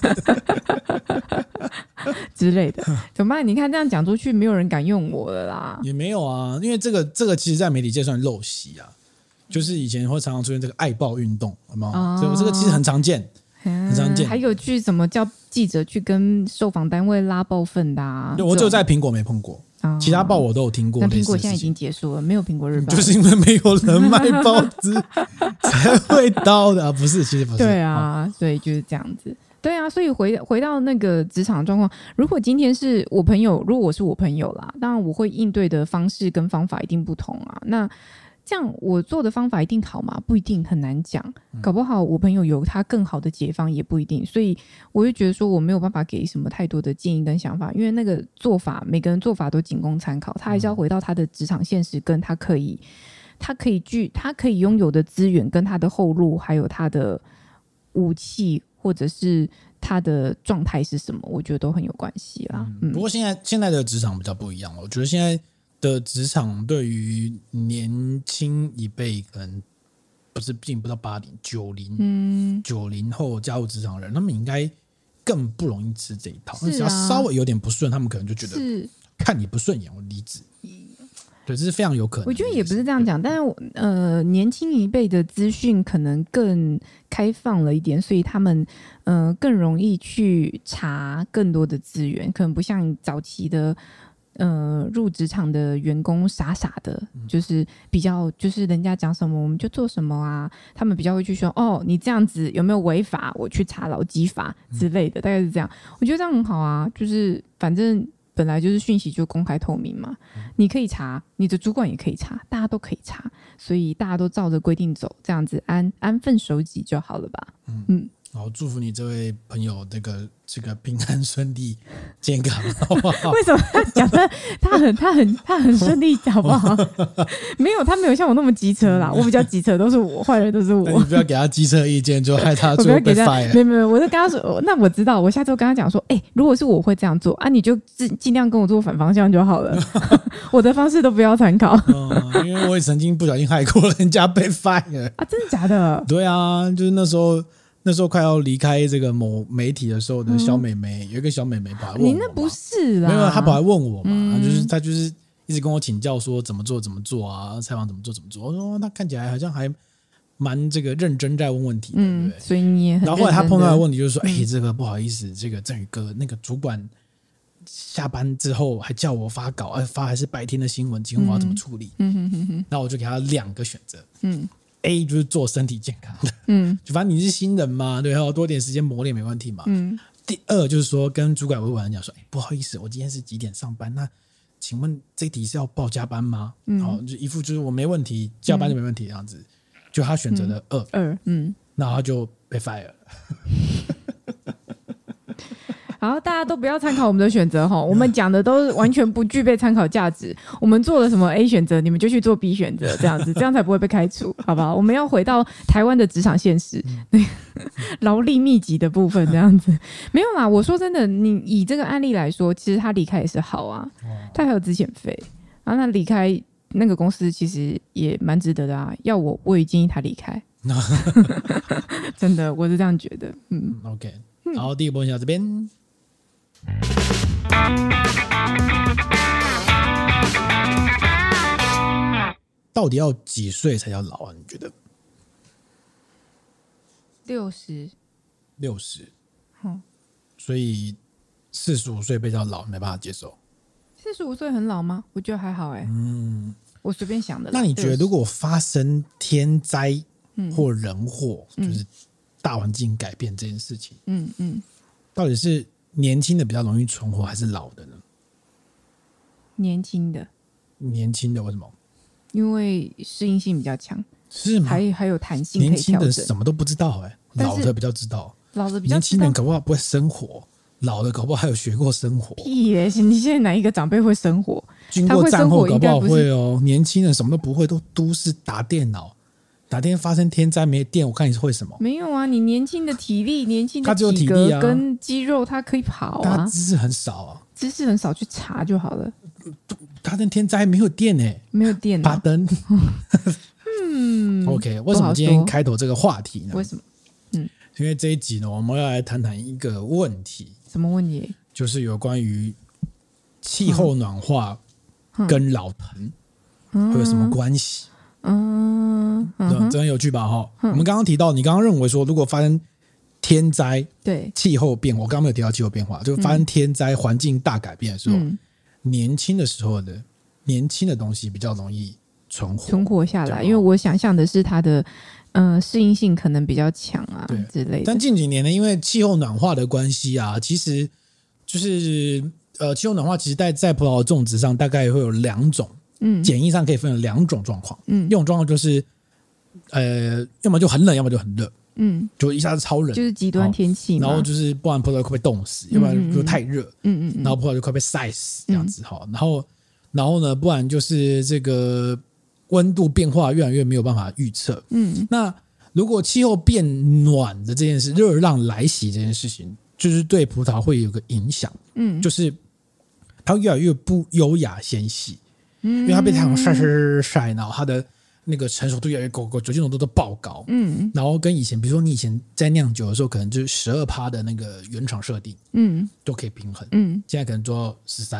之类的，怎么办？你看这样讲出去，没有人敢用我了啦。 也没有啊，因为这个其实在媒体界算陋习啊，就是以前会常常出现这个爱报运动，有没有？这个其实很常见。很常见， 还有去什么叫记者去跟受访单位拉报份的啊？ 我只有在苹果没碰过，其他报我都有听过。 那苹果现在已经结束了，没有苹果日报， 就是因为没有人卖报纸才会到的，不是？其实不是。 对啊，所以就是这样子。对啊，所以回到那个职场状况，如果今天是我朋友，如果我是我朋友啦，当然我会应对的方式跟方法一定不同啊。那这样我做的方法一定好吗？不一定，很难讲。搞不好我朋友有他更好的解方也不一定，所以我就觉得说我没有办法给什么太多的建议跟想法，因为那个做法每个人做法都仅供参考，他还是要回到他的职场现实，跟他可以拥有的资源，跟他的后路，还有他的武器，或者是他的状态是什么，我觉得都很有关系啦。 不过现在的职场比较不一样了，我觉得现在的职场对于年轻一辈可能并不到80、90后加入职场的人，他们应该更不容易吃这一套。只要稍微有点不顺，他们可能就觉得看你不顺眼，我离职。对，这是非常有可能的。 我觉得也不是这样讲，但是年轻一辈的资讯可能更开放了一点，所以他们更容易去查更多的资源，可能不像早期的入职场的员工傻傻的，就是比较就是人家讲什么我们就做什么啊，他们比较会去说你这样子有没有违法，我去查劳基法之类的，大概是这样。我觉得这样很好啊，就是反正本来就是讯息就公开透明嘛，你可以查，你的主管也可以查，大家都可以查，所以大家都照着规定走，这样子安分守己就好了吧。 好，祝福你这位朋友这个平安顺利健康，好不好？ 为什么他讲的他很顺利，好不好？没有，他没有像我那么机车啦，我比较机车，都是我坏人，都是我。 你不要给他机车意见，就害他最后被 fire。 没有，我就跟他说，那我知道，我下周跟他讲说，如果是我会这样做啊，你就尽量跟我做反方向就好了，我的方式都不要参考。 因为我也曾经不小心害过人家被 fire 啊，真的假的？ 对啊，就是那时候快要离开这个某媒体的时候的小妹妹，有一个小妹妹跑来问我， 你那不是啦， 没有，她跑来问我嘛，她就是一直跟我请教说怎么做啊，采访怎么做。我说她看起来好像还蛮这个认真在问问题的，对不对？ 所以你也很认真的。 然后后来她碰到的问题就是说，这个不好意思，这个振宇哥那个主管下班之后还叫我发稿，发还是白天的新闻，请问我要怎么处理？那我就给她2个选择，A 就是做身体健康的，就反正你是新人嘛，对，要多点时间磨练没问题嘛。第2就是说跟主管委婉讲说，不好意思，我今天是几点上班？那请问这题是要报加班吗？就一副就是我没问题，加班就没问题这样子。就他选择了2，然后他就被 fire 了。 好，大家都不要参考我们的选择哈，我们讲的都完全不具备参考价值。我们做了什么 A 选择，你们就去做 B 选择，这样子，这样才不会被开除，好不好？我们要回到台湾的职场现实，劳力密集的部分，这样子没有啦。我说真的，你以这个案例来说，其实他离开也是好啊，他还有资遣费，然后他离开那个公司其实也蛮值得的啊。要我也建议他离开，真的，我是这样觉得。 OK， 好，第一个问题到这边。到底要几岁才叫老啊？你觉得 ？60， 所以45岁被叫老没办法接受。 45岁很老吗？我觉得还好我随便想的啦。 那你觉得如果发生天灾或人祸，就是大环境改变这件事情，到底是年轻的比较容易存活，还是老的呢？ 年轻的为什么？ 因为适应性比较强， 是吗？ 还有弹性可以调整。 年轻的什么都不知道老的比较知道。 老的比较知道， 年轻人搞不好不会生活，老的搞不好还有学过生活。 屁耶！你现在哪一个长辈会生活？ 经过战后搞不好会哦。年轻人什么都不会，都市打电脑，哪天发生天灾没电，我看你会什么？ 没有啊，你年轻的体力、年轻的体格跟肌肉，他可以跑啊。 他知识很少啊， 知识很少，去查就好了。 他的天灾没有电没有电， 拔灯。OK， 为什么今天开头这个话题呢？ 为什么？ 因为这一集呢，我们要来谈谈一个问题。 什么问题？ 就是有关于气候暖化跟老藤会有什么关系？这很有趣吧？我们刚刚提到，你刚刚认为说，如果发生天灾、 对气候变化，我刚刚没有提到气候变化，就发生天灾、环境大改变的时候，年轻的时候的年轻的东西比较容易存活下来，因为我想象的是它的适应性可能比较强啊之类的。 但近几年呢，因为气候暖化的关系啊，其实就是气候暖化其实在葡萄种植上大概会有2种，简易上可以分成2种状况。一种状况就是要么就很冷，要么就很热。就一下子超冷， 就是极端天气嘛。 然后就是不然葡萄快被冻死，要不然就太热，然后葡萄就快被晒死这样子。然后呢，不然就是这个温度变化越来越没有办法预测。那如果气候变暖的这件事，热浪来袭这件事情，就是对葡萄会有个影响。就是它越来越不优雅纤细，因为它被太阳晒，然后它的那个成熟度越来越高，酒精浓度都爆高。然后跟以前，比如说你以前在酿酒的时候，可能就是12%的那个原厂设定，都可以平衡。现在可能做到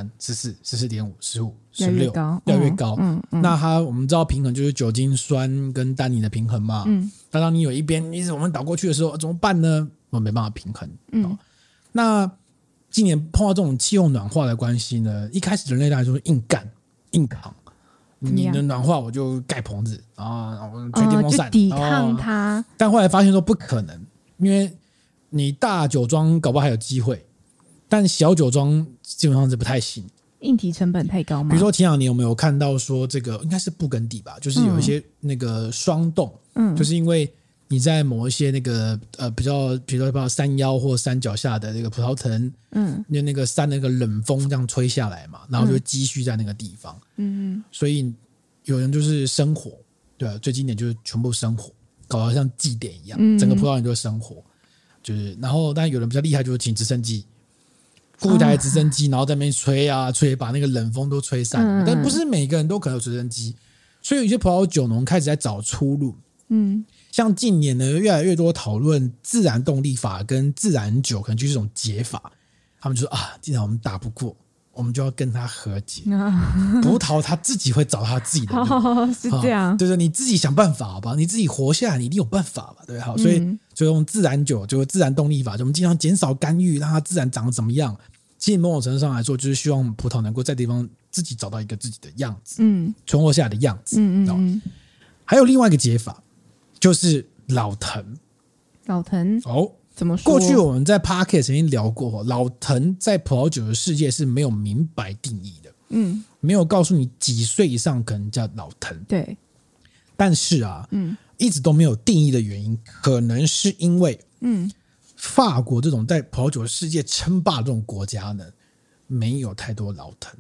13、14、14.5、15、16，越来越高。那我们知道平衡就是酒精酸跟单宁的平衡嘛。但当你有一边我们倒过去的时候，怎么办呢？我们没办法平衡。那今年碰到这种气候暖化的关系呢，一开始人类大概就是硬干硬扛。你的暖化我就盖棚子啊，我吹电风扇， 就抵抗它。 但后来发现说不可能，因为你大酒庄搞不好还有机会，但小酒庄基本上是不太行， 硬体成本太高嘛。 比如说前2年有没有看到说这个应该是布根地吧，就是有一些那个霜冻，就是因为你在某一些那个比如说山腰或山脚下的那个葡萄藤，因为那个山那个冷风这样吹下来嘛，然后就会积蓄在那个地方，所以有人就是生火，对啊，最经典就是全部生火，搞得像祭典一样，整个葡萄园都会生火，就是然后但有人比较厉害，就是请直升机，雇一台直升机，然后在那边吹啊吹，把那个冷风都吹散，但不是每个人都可能有直升机，所以有些葡萄酒农开始在找出路。像近年呢，越来越多讨论自然动力法跟自然酒可能就是一种解法。他们就说既然我们打不过，我们就要跟他和解。葡萄他自己会找他自己的路， 是这样。 对，你自己想办法好吧，你自己活下来，你一定有办法吧，对好，所以用自然酒，就是自然动力法，就我们经常减少干预，让它自然长得怎么样。其实某种程度上来说，就是希望葡萄能够在地方自己找到一个自己的样子，存活下来的样子。还有另外一个解法。就是老藤怎么说？ 过去我们在 Podcast 曾经聊过，老藤在葡萄酒的世界是没有明白定义的，没有告诉你几岁以上可能叫老藤。 对， 但是一直都没有定义的原因，可能是因为法国这种在葡萄酒世界称霸的这种国家呢，没有太多老藤。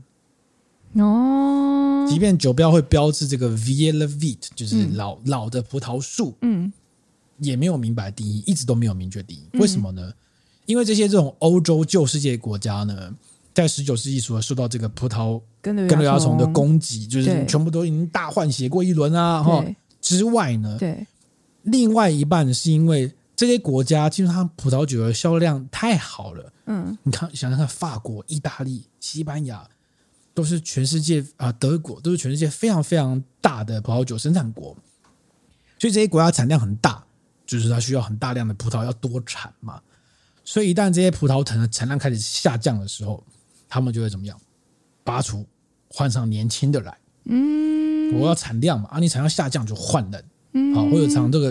即便酒标会标志这个 Vieille Vitte， 就是老的葡萄树，也没有明白定义，一直都没有明确定义。为什么呢？因为这种欧洲旧世界国家呢，在19世纪除了受到这个葡萄根瘤蚜虫的攻击，就是全部都已经大换血过一轮啊之外呢，另外一半是因为这些国家基本上葡萄酒的销量太好了。你想想看，法国、意大利、西班牙。都是全世界德国都是全世界非常非常大的葡萄酒生产国，所以这些国家产量很大，就是它需要很大量的葡萄要多产嘛。所以一旦这些葡萄藤的产量开始下降的时候，他们就会怎么样？拔除，换上年轻的来。我要产量嘛，你产量下降就换人。或者常这个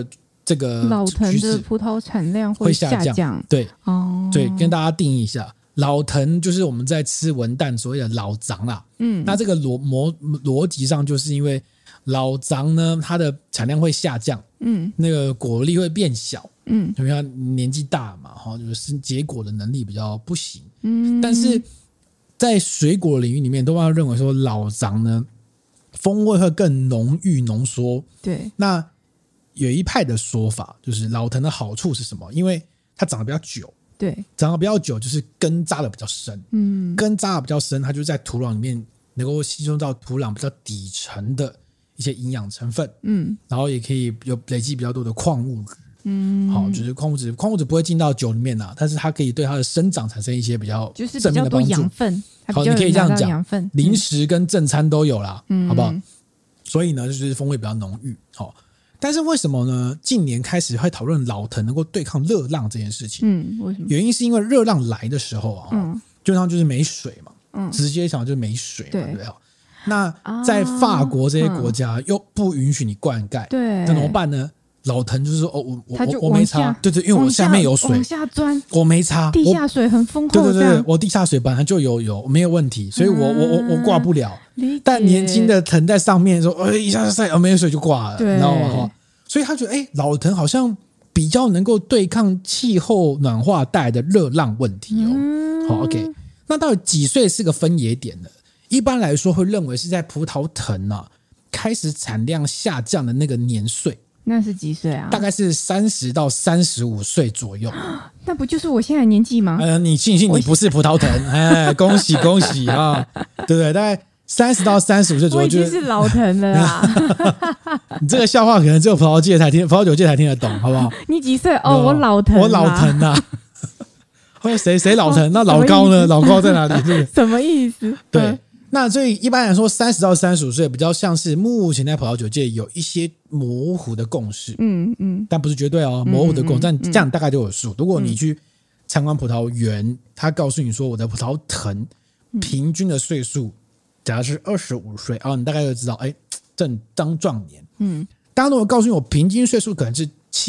这个老藤的葡萄产量会下降。 对，对，跟大家定义一下，老藤就是我们在吃文旦所谓的老欉啦。那这个逻辑上就是因为老欉呢，它的产量会下降，那个果粒会变小，因为它年纪大嘛，就是结果的能力比较不行。但是在水果领域里面，都要认为说老欉呢，风味会更浓郁浓缩。 对， 那有一派的说法就是老藤的好处是什么？因为它长得比较久， 对， 长得比较久就是根扎的比较深，根扎的比较深，它就在土壤里面能够吸收到土壤比较底层的一些营养成分，然后也可以有累积比较多的矿物质，好，就是矿物质不会进到酒里面啦，但是它可以对它的生长产生一些比较正面的帮助， 就是比较多养分， 好，你可以这样讲，零食跟正餐都有啦，好不好？所以呢，就是风味比较浓郁，好。但是为什么呢？近年开始会讨论老藤能够对抗热浪这件事情。 为什么？ 原因是因为热浪来的时候啊，基本上就是没水嘛，直接讲就是没水嘛，对不对？那在法国这些国家又不允许你灌溉， 对， 那怎么办呢？老藤就是说，我没擦，对，因为我下面有水， 往下钻， 我没擦， 地下水很丰厚， 对，我地下水本来就有没有问题，所以我挂不了。但年轻的藤在上面说，一下晒，没有水就挂了，你知道吗？所以他觉得，老藤好像比较能够对抗气候暖化带来的热浪问题哦。好 ，OK， 那到底几岁是个分野点呢？一般来说会认为是在葡萄藤开始产量下降的那个年岁。 那是几岁啊？ 大概是30到35岁左右。 那不就是我现在的年纪吗？ 你庆幸你不是葡萄藤，恭喜恭喜啊，对不对？大概30到35岁左右， 我已经是老藤了啦。 你这个笑话可能只有葡萄酒界才听得懂，好不好？ 你几岁？我老藤， 我老藤啊。谁老藤？那老高呢？老高在哪里？ 什么意思？ 对。那所以一般来说，30到35岁比较像是目前在葡萄酒界有一些模糊的共识，但不是绝对哦，模糊的共识，但这样大概就有数。如果你去参观葡萄园，他告诉你说我的葡萄藤平均的岁数，假如是25岁，你大概就知道，正当壮年。当然如果告诉你我平均岁数可能是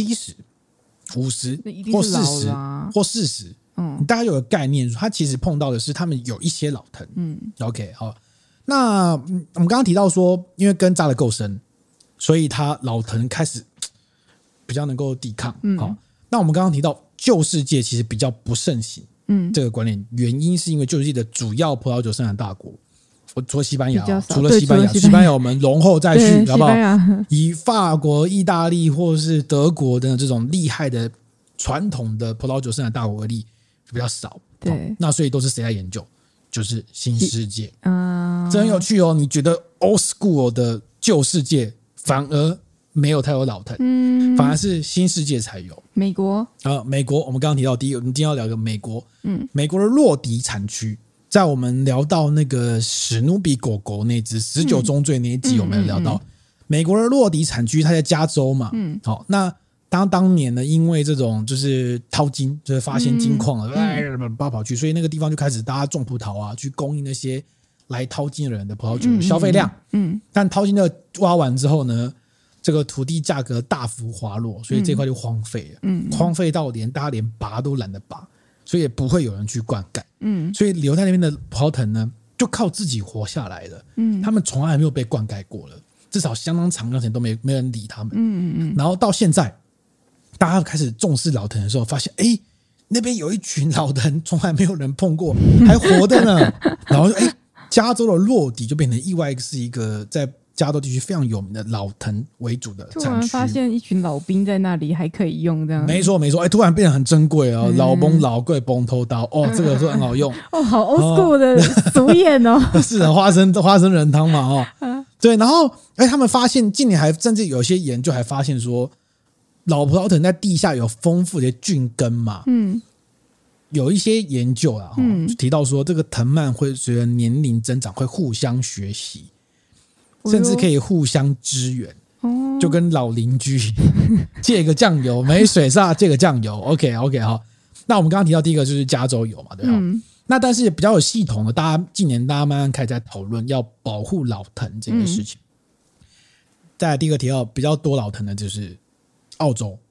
70、50或40或40。你大概有个概念，他其实碰到的是他们有一些老藤。OK， 好，那我们刚刚提到说，因为根扎的够深，所以它老藤开始比较能够抵抗。好，那我们刚刚提到旧世界其实比较不盛行，这个观念原因是因为旧世界的主要葡萄酒生产大国，除了西班牙，西班牙我们容后再去，好不好？以法国、意大利或是德国的这种厉害的传统的葡萄酒生产大国为例。比较少， 对， 那所以都是谁在研究？就是新世界，这很有趣哦。你觉得 old school 的旧世界反而没有太有老藤，反而是新世界才有。 美国我们刚刚提到第一个，我们今天要聊个美国，美国的洛迪产区，在我们聊到那个史努比狗狗那只19宗罪那一集，我们有聊到美国的洛迪产区，它在加州嘛，好，那。当年呢，因为这种就是淘金，就是发现金矿跑去，所以那个地方就开始大家种葡萄啊，去供应那些来淘金的人的葡萄酒的消费量。但淘金的挖完之后呢，这个土地价格大幅滑落，所以这块就荒废了。荒废到大家连拔都懒得拔，所以也不会有人去灌溉。所以留在那边的葡萄藤呢，就靠自己活下来了。他们从来没有被灌溉过了，至少相当长时间都没人理他们。然后到现在。大家开始重视老藤的时候，发现那边有一群老藤，从来没有人碰过，还活的呢。然后加州的洛迪就变成意外是一个在加州地区非常有名的老藤为主的产区。突然发现一群老兵在那里还可以用，这样没错，突然变得很珍贵哦，老崩老贵崩头刀这个是很好用好 old school 的俗谚哦。 是的，花生仁汤嘛对，然后他们发现近年还甚至有些研究还发现说。老葡萄藤在地下有丰富的菌根嘛？有一些研究提到说，这个藤蔓会随着年龄增长会互相学习，甚至可以互相支援，就跟老邻居借个酱油，没水是借个酱油。OK 好。那我们刚刚提到第一个就是加州有嘛，对吧？那但是比较有系统的，近年大家慢慢开始在讨论要保护老藤这件事情。再来第一个提到比较多老藤的就是。澳洲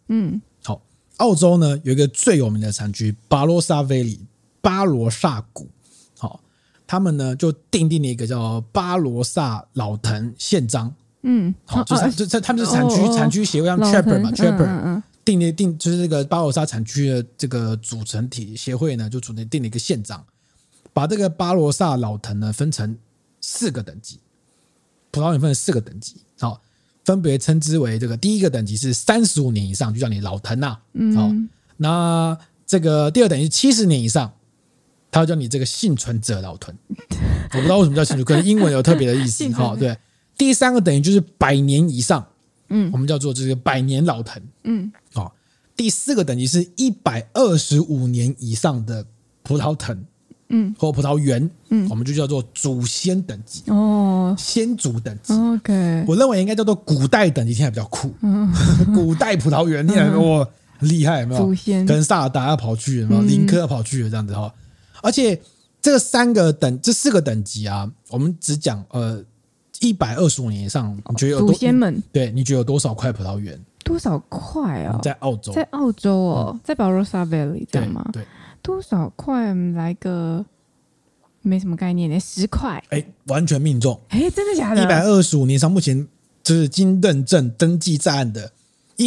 好，澳洲呢有一个最有名的产区巴罗萨 Valley 巴罗萨谷，好，他们呢就订定了一个叫巴罗萨老藤宪章。好，就是他们是产区协会，他们 Chapter 嘛 ，Chapter 定就是这个巴罗萨产区的这个组成体协会呢，就定了一个宪章，把这个巴罗萨老藤呢分成4个等级，葡萄园分成4个等级，好，分别称之为这个第一个等级是35年以上，就叫你老藤啊，好，那这个第二等级是70年以上，他会叫你这个幸存者老藤，我不知道为什么叫幸存，可能英文有特别的意思，好，对。第3个等级就是100年以上，我们叫做这个100年老藤，第4个等级是125年以上的葡萄藤，或葡萄园，我们就叫做祖先等级，先祖等级。 OK， 我认为应该叫做古代等级，听起来比较酷。古代葡萄园，听起来哇很厉害，有没有？ 祖先， 跟萨尔达要跑去，有没有？林科要跑去这样子哈。而且这4个等级啊，我们只讲125年以上，你觉得有祖先们？ 对，你觉得有多少块葡萄园？ 多少块啊？ 在澳洲， 在巴罗萨 Valley 这样吗？ 对， 多少块？我们来个没什么概念的10块， 完全命中， 真的假的 ？125年以上，目前就是经认证登记在案的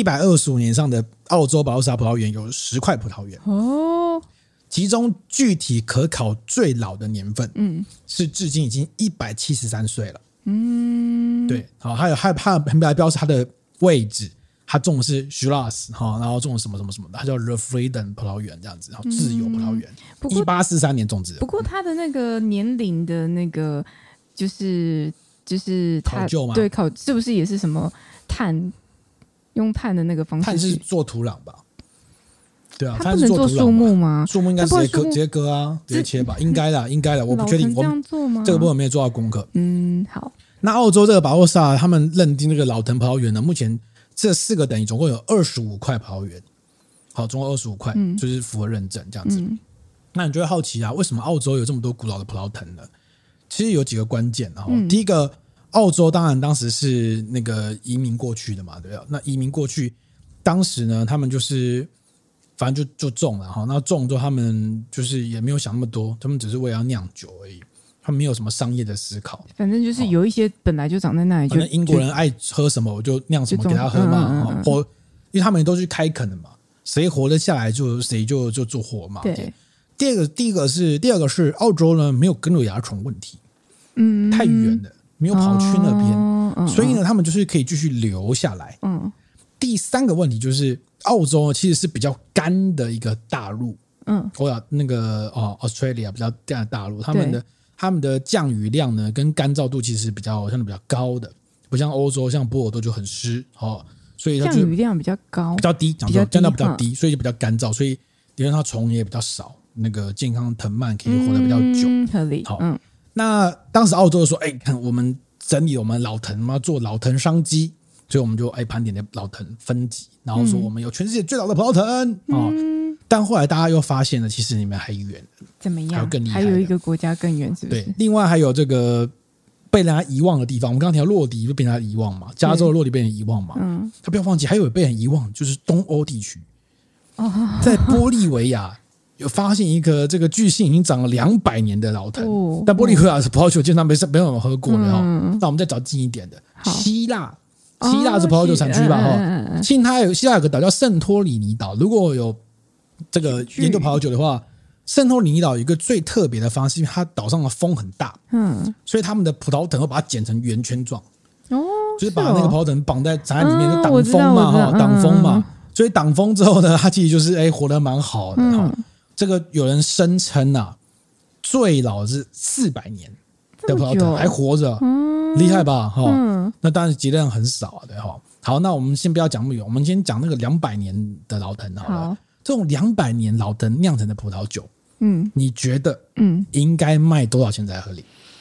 125年以上的澳洲巴罗萨葡萄园有10块葡萄园哦，其中具体可考最老的年份，是至今已经173岁了。对，好，还有很白标示它的位置，它种的是 Shiraz， 然后种的什么什么什么的，它叫 The Freedom 葡萄园这样子，然后自由葡萄园，1843年种植的。 不过它的那个年龄的那个就是考究吗？ 对，是不是也是什么用碳的那个方式？ 碳是做土壤吧？对啊， 它不能做树木吗？ 树木应该直接割啊，直接切吧，应该的，我不确定。 这样做吗？ 这个部分没有做到功课。 好。 那澳洲这个巴罗萨，他们认定这个老藤葡萄园呢，目前这4个等级总共有25块葡萄园，好，总共25块，就是符合认证这样子。那你就会好奇啊，为什么澳洲有这么多古老的葡萄藤呢？其实有几个关键啊。第一个，澳洲当时是那个移民过去的嘛，对吧？那移民过去，当时呢，他们就是反正就种了哈，那种之后他们就是也没有想那么多，他们只是为了要酿酒而已，他们没有什么商业的思考。 反正就是有一些本来就长在那里， 反正英国人爱喝什么我就酿什么给他喝嘛，因为他们都去开垦的嘛，谁活得下来就谁就做活嘛。 对。 第二个是澳洲呢没有根瘤蚜虫问题，太远了，没有跑去那边，所以呢他们就是可以继续留下来。第3个问题就是澳洲其实是比较干的一个大陆，或者那个Australia 比较干的大陆，他们的降雨量呢跟干燥度其实相对比较高的，不像欧洲，像波尔多就很湿，所以它就降雨量比较高， 比较低，降到比较低，所以就比较干燥，所以理论上虫也比较少，那个健康藤蔓可以活得比较久， 合理。 好，那当时澳洲就说，看我们整理我们老藤，我们要做老藤商机。所以我们就盘点的老藤分级，然后说我们有全世界最老的葡萄藤但后来大家又发现了，其实你们还远， 怎么样？ 还有更厉害， 还有一个国家更远，是不是？ 对，另外还有这个被人家遗忘的地方，我们刚刚提到洛迪被人家遗忘嘛，加州的洛迪被人遗忘嘛，他不要忘记，还有被人遗忘，就是东欧地区，在玻利维亚有发现一个这个距今已经长了200年的老藤，但玻利维亚是葡萄酒基本上没有人喝过的那我们再找近一点的，希腊是葡萄酒产区吧？希腊有个岛叫圣托里尼岛。如果有这个研究葡萄酒的话，圣托里尼岛有一个最特别的方式，因为它岛上的风很大，所以他们的葡萄藤会把它剪成圆圈状，就是把那个葡萄藤绑在里面，就挡风嘛，挡风嘛。所以挡风之后呢，它其实就是活得蛮好的。这个有人声称最老是400年的葡萄藤还活着。厉害吧？那当然结量很少对哈。好，那我们先不要讲那么远，我们先讲那个200年的老藤好了。这种200年老藤酿成的葡萄酒，你觉得应该卖多少钱才合理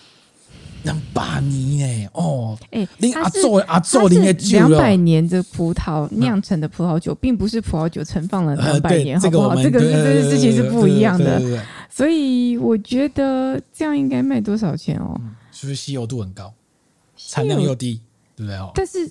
？200年你阿祖你也酒了 200年的葡萄酿成的葡萄酒，并不是葡萄酒陈放了200年，好不好？这个事情是不一样的。所以我觉得这样应该卖多少钱哦？ 是不是稀有度很高？产量又低，对不对？ 但是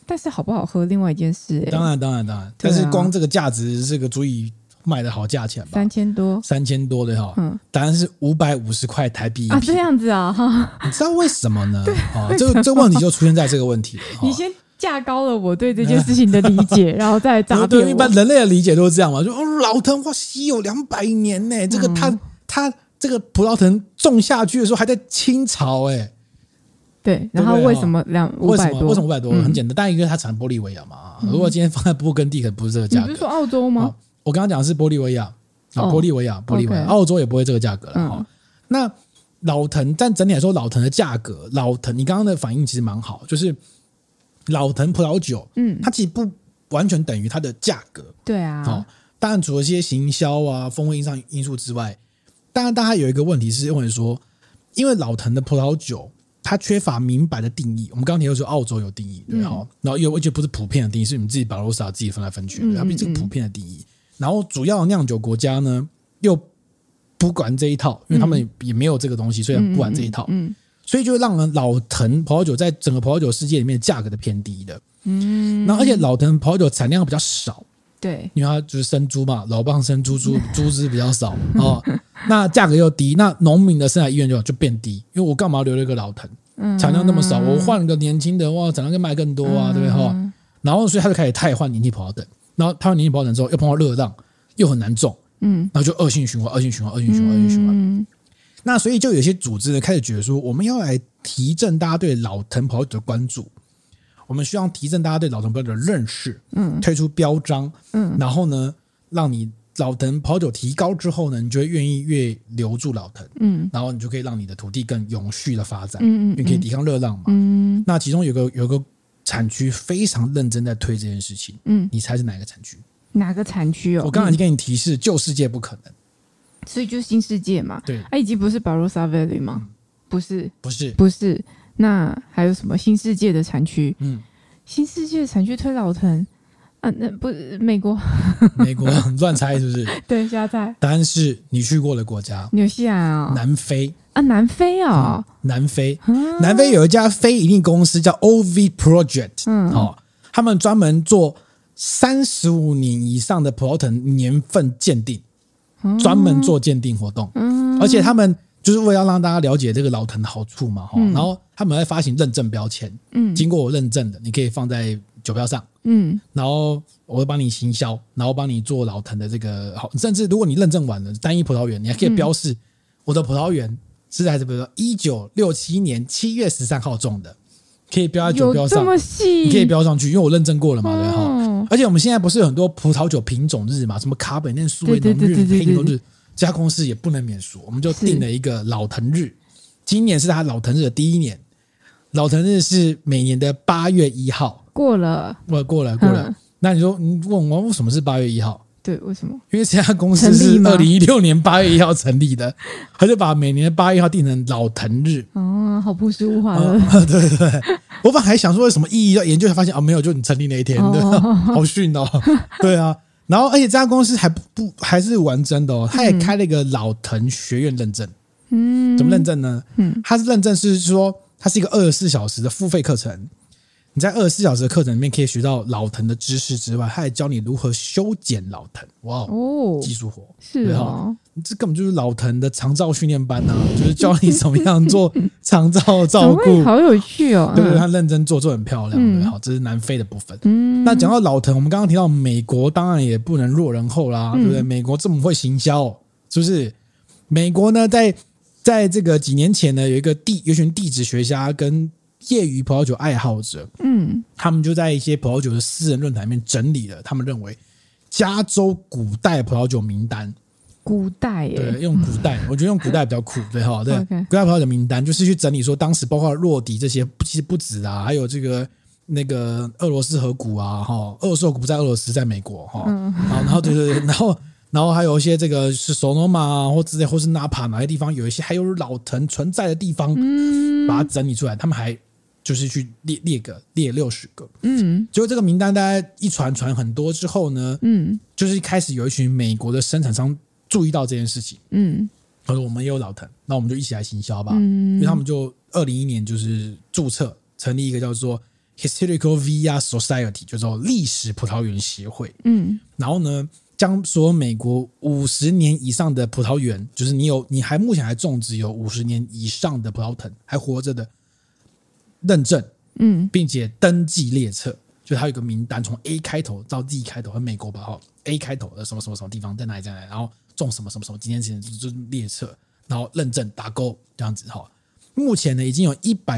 但是好不好喝另外一件事当然，但是光这个价值这个足以卖的好价钱吧，3000多的哈，答案是550块台币啊，这样子啊， 你知道为什么呢？这个问题就出现在这个问题了。 你先架高了我对这件事情的理解，然后再诈骗我。 对，一般人类的理解都是这样嘛，就老藤哇稀有200年呢，这个它这个葡萄藤种下去的时候还在清朝哎。 对，然后为什么500多？ 为什么500多？很简单，但一个它产玻利维亚嘛。如果今天放在勃艮第，可能不是这个价格。 你不是说澳洲吗？ 我刚刚讲的是玻利维亚玻利维亚，澳洲也不会这个价格了。那老藤，但整体来说，老藤的价格，你刚刚的反应其实蛮好，就是老藤葡萄酒，它其实不完全等于它的价格。 对啊， 当然除了一些行销啊、风味上因素之外，当然大家有一个问题是认为说，因为老藤的葡萄酒它缺乏明白的定义。我们刚刚提到说澳洲有定义，对然后而且不是普遍的定义，是你们自己巴罗萨自己分来分去的，它不是这个普遍的定义。然后主要酿酒国家呢又不管这一套，因为他们也没有这个东西，所以不管这一套，所以就让老藤葡萄酒在整个葡萄酒世界里面价格的偏低的。那而且老藤葡萄酒产量比较少， 对， 因为它就是生猪嘛，老蚌生猪汁比较少那价格又低，那农民的生产意愿就变低，因为我干嘛留了一个老藤，产量那么少，我换个年轻的哇，产量可以卖更多啊，对不对然后所以他就开始汰换年轻葡萄藤。然后他们年轻葡萄藤之后又碰到热浪，又很难种，然后就恶性循环。那所以就有些组织呢开始觉得说，我们要来提振大家对老藤葡萄酒的关注，我们需要提振大家对老藤葡萄酒的认识，推出标章，然后呢，让你老藤葡萄酒提高之后呢，你就会愿意越留住老藤，然后你就可以让你的土地更永续的发展，因为可以抵抗热浪嘛。那其中有个产区非常认真在推这件事情，你猜是哪个产区？ 哪个产区我刚才已经给你提示，旧世界不可能， 所以就是新世界嘛。 对， 已经不是 Barossa Valley 吗？不是，那还有什么新世界的产区？新世界的产区推老藤啊？那不是美国乱猜是不是？ 对，瞎猜。 答案是你去过的国家， 纽西兰啊， 南非。 南非啊， 南非有一家非营利公司叫 OV Project，他们专门做35年以上的葡萄藤年份鉴定，专门做鉴定活动，而且他们就是为了要让大家了解这个老藤的好处嘛，然后他们会发行认证标签，经过我认证的，你可以放在酒标上，然后我会帮你行销，然后帮你做老藤的这个好，甚至如果你认证完了单一葡萄园，你还可以标示我的葡萄园是在比如说1967年7月13号种的，可以标在酒标上， 有这么细， 你可以标上去，因为我认证过了嘛，对哈。而且我们现在不是有很多葡萄酒品种日嘛，什么卡本内苏维农日、黑牛日，这家公司也不能免俗，我们就定了一个老藤日，今年是他老藤日的第一年，老藤日是每年的8月1号，过了。那你问我为什么是8月1号？ 对，为什么？ 因为这家公司是2016年8月1号成立的，他就把每年的8月1号定成老藤日。 好朴实无华的。 对，我本来还想说有什么意义，要研究才发现没有，就你成立那一天，好逊哦。对啊，然后而且这家公司还是玩真的他也开了一个老藤学院认证。怎么认证呢？它是认证是说它是一个24小时的付费课程。你在24小时的课程里面可以学到老藤的知识之外，他还教你如何修剪老藤。哇技术活是啊， 这根本就是老藤的长照训练班啊，就是教你怎么样做长照照顾， 好有趣哦。 对，他认真做很漂亮。好，这是南非的部分。那讲到老藤，我们刚刚提到美国，当然也不能落人后啦，对不对？美国这么会行销，是不是？美国呢，在这个几年前呢，有一群地质学家跟业余葡萄酒爱好者，他们就在一些葡萄酒的私人论坛里面整理了他们认为加州古代葡萄酒名单。 古代对，用古代，我觉得用古代比较酷，对哈，对，古代葡萄酒名单就是去整理说当时包括洛迪这些，其实不止啊，还有这个那个俄罗斯河谷啊，俄罗斯河谷不在俄罗斯，在美国然后对，然后还有一些这个是索诺玛啊，或之类，或是纳帕哪些地方有一些还有老藤存在的地方，把它整理出来，他们还就是去列60个，结果这个名单大家一传很多之后呢，就是开始有一群美国的生产商注意到这件事情，他说我们也有老藤，那我们就一起来行销吧，因为他们就2021年就是注册成立一个叫做 Historical Via Society， 叫做历史葡萄园协会。然后呢，将所有美国50年以上的葡萄园，就是你还目前还种植有50年以上的葡萄藤还活着的认证，并且登记列册，就它有一个名单，从 A 开头到 D 开头，和美国吧，A 开头的什么什么什么地方在哪里，然后种什么什么什么，今天就是列册，然后认证打勾这样子哈。目前呢，已经有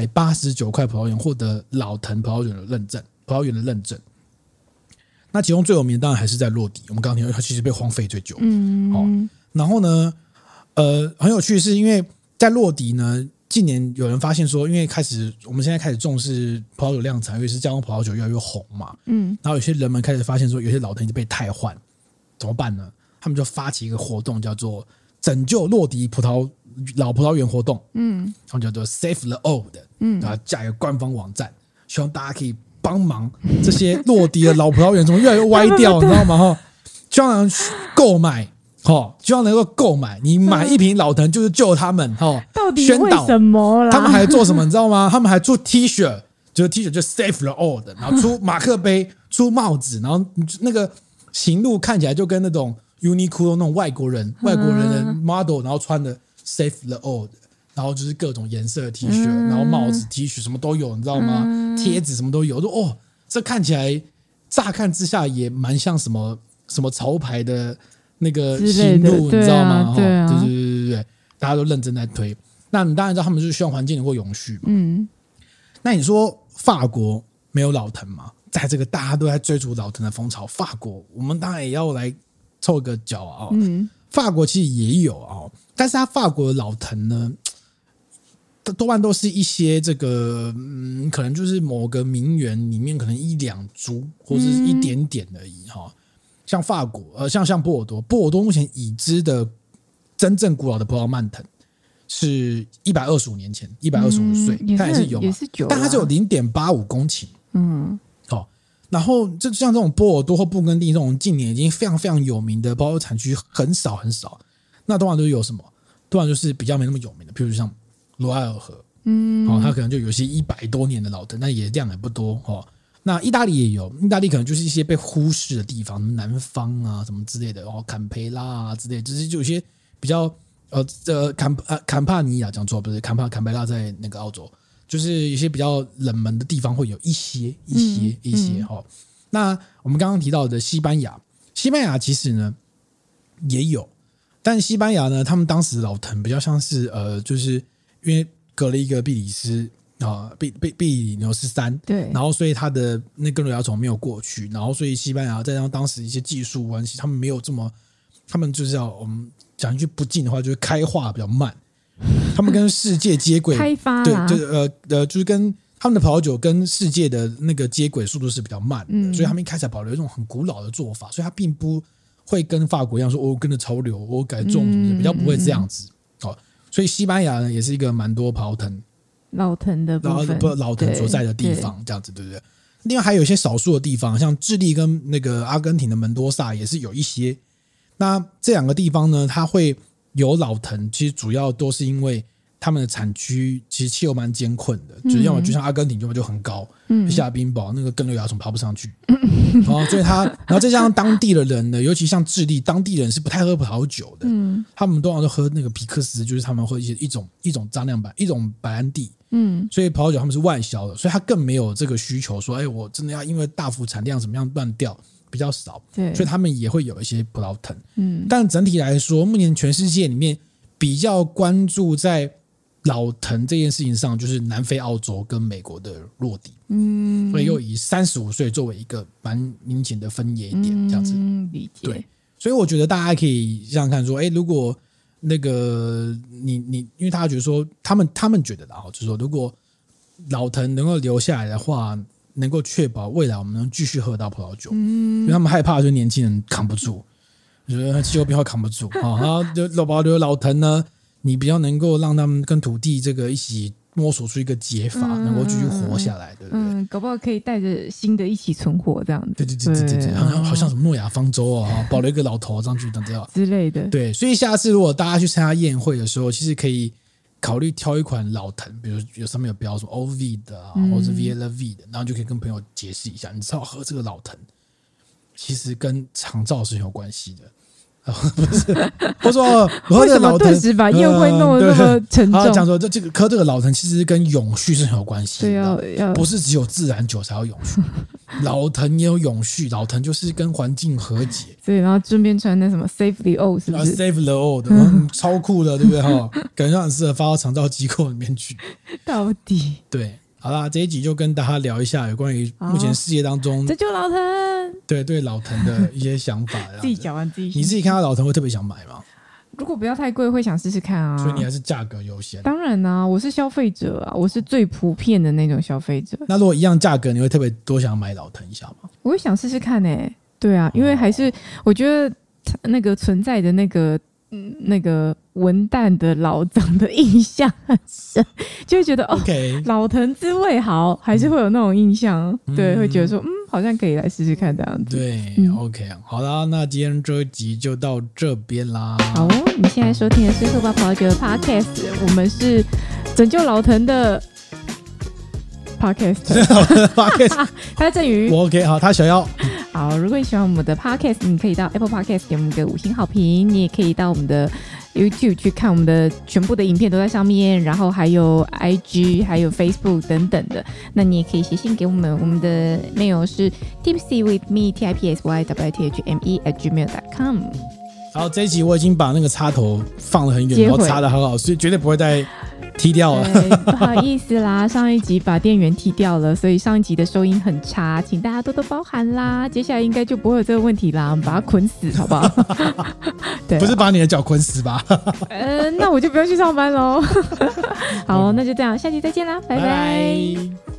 189块葡萄园获得老藤葡萄园的认证。那其中最有名的当然还是在洛迪，我们刚刚提到它其实被荒废最久。然后呢，很有趣的是，因为在洛迪呢，近年有人发现说，因为我们现在开始重视葡萄酒量产，尤其是加工葡萄酒越来越红嘛，然后有些人们开始发现说，有些老藤已经被汰换，怎么办呢？他们就发起一个活动，叫做拯救洛迪老葡萄园活动，他们叫做 Save the Old， 然后加一个官方网站，希望大家可以帮忙这些洛迪的老葡萄园怎么越来越歪掉，你知道吗？希望能购买，希望能够购买，你买一瓶老藤就是救他们， 到底为什么啦？ 他们还做什么你知道吗？他们还出 T 恤，就是 T 恤就 Save the Old， 然后出马克杯，出帽子，然后那个行路看起来就跟那种 Uniqlo 那种外国人的 model， 然后穿的 Save the Old， 然后就是各种颜色的 T 恤，然后帽子 T 恤什么都有，你知道吗？贴纸什么都有。我说这看起来乍看之下也蛮像什么潮牌的那个行路，你知道吗？对，大家都认真在推。那你当然知道他们就是希望环境能够永续嘛。那你说法国没有老藤吗？在这个大家都在追逐老藤的风潮，法国我们当然也要来凑个脚啊。法国其实也有啊，但是它法国的老藤呢，多半都是一些这个可能就是某个名园里面可能1-2株或者是一点点而已哈。像法国像波尔多目前已知的真正古老的葡萄曼藤是125年前125岁，它也是有嘛，但它只有0.85公顷。然后就像这种波尔多或布根地这种近年已经非常非常有名的葡萄产区很少很少，那通常都是有什么？通常就是比较没那么有名的，譬如像罗埃尔河，它可能就有些100多年的老藤，但也量也不多。那意大利也有，意大利可能就是一些被忽视的地方，什么南方啊什么之类的，坎培拉啊之类的，就是就有些比较坎帕尼亚讲错不是坎培拉在那个澳洲。就是一些比较冷门的地方会有一些那我们刚刚提到的西班牙其实呢也有，但西班牙呢，他们当时老藤比较像是就是因为隔了一个比利时比利牛斯山， 对， 然后所以它的那根瘤蚜虫没有过去，然后所以西班牙再加上当时一些技术关系，他们没有这么，他们就是要我们讲一句不敬的话，就是开化比较慢。他们跟世界接轨， 开发对，就是跟他们的葡萄酒跟世界的那个接轨速度是比较慢的，所以他们一开始保留一种很古老的做法，所以他并不会跟法国一样说跟着潮流我改种什么的，比较不会这样子。所以西班牙呢也是一个蛮多葡萄藤老藤的部分， 老藤所在的地方，这样子对不对？另外还有一些少数的地方，像智利跟那个阿根廷的门多萨也是有一些。那这两个地方呢，它会有老藤，其实主要都是因为他们的产区其实气候蛮艰困的，就是要么就像阿根廷，要么就很高，下冰雹，那个根瘤蚜虫爬不上去，所以然后再加上当地的人呢，尤其像智利，当地人是不太喝葡萄酒的，他们通常都喝那个皮克斯，就是他们会一种张量白，一种白兰地，所以葡萄酒他们是外销的，所以他更没有这个需求说，我真的要因为大幅产量怎么样乱掉。比较少，所以他们也会有一些葡萄藤，但整体来说，目前全世界里面比较关注在老藤这件事情上，就是南非、澳洲跟美国的洛迪，所以又以35岁作为一个蛮明显的分野点，这样子， 理解。 对，所以我觉得大家可以想想看，说，如果那个你，因为大家觉得说，他们觉得的，就是说，如果老藤能够留下来的话。能够确保未来我们能继续喝到葡萄酒，因为他们害怕就是年轻人扛不住，觉得气候变化扛不住然后就保留老藤呢，你比较能够让他们跟土地这个一起摸索出一个解法，能够继续活下来，对不对？ 搞不好可以带着新的一起存活这样子。 对，好像什么诺亚方舟保留一个老头上去等等之类的。对，所以下次如果大家去参加宴会的时候，其实可以考虑挑一款老藤，比如有上面有标什么 OV 的啊，或者 VLV 的，然后就可以跟朋友解释一下，你知道喝这个老藤其实跟长照是很有关系的。不是，我说为什么顿时把宴会弄得那么沉重？ 讲说这个喝这个老藤其实跟永续是很有关系的， 对， 不是只有自然酒才有永续，老藤也有永续，老藤就是跟环境和解。 对，然后顺便穿那什么 Save the Old 是不是 ？Save the Old，超酷的，对不对？感觉很适合发到长照机构里面去。 到底对。好啦，这一集就跟大家聊一下有关于目前世界当中这就老藤对老藤的一些想法。 自己讲完自己， 你自己看到老藤会特别想买吗？ 如果不要太贵，会想试试看啊。 所以你还是价格优先。 当然啊，我是消费者啊，我是最普遍的那种消费者。 那如果一样价格，你会特别多想买老藤一下吗？ 我会想试试看对啊，因为还是我觉得那个存在的那个文旦的老长的印象很深，就会觉得老藤滋味好，还是会有那种印象，对，会觉得说好像可以来试试看这样子。 对，OK， 好啦，那今天这一集就到这边啦。 好哦，你现在收听的是喝吧葡萄酒的 Podcast， 我们是拯救老藤的 Podcast， 他是郑宇， 我 OK， 好，他小妖。 好，如果你喜欢我们的 Podcast， 你可以到 Apple Podcast 给我们个5星好评，你也可以到我们的 YouTube 去看我们的全部的影片都在上面，然后还有 IG 还有 Facebook 等等的，那你也可以写信给我们，我们的 mail 是 tipsywithme@gmail.com。 好，这一集我已经把那个插头放得很远，然后插得很好，所以绝对不会再踢掉了。 不好意思啦，上一集把电源踢掉了，所以上一集的收音很差，请大家多多包涵啦。接下来应该就不会有这个问题啦，我们把它捆死好不好？对， 不是把你的脚捆死吧？ 那我就不用去上班喽。好，那就这样，下期再见啦，拜拜。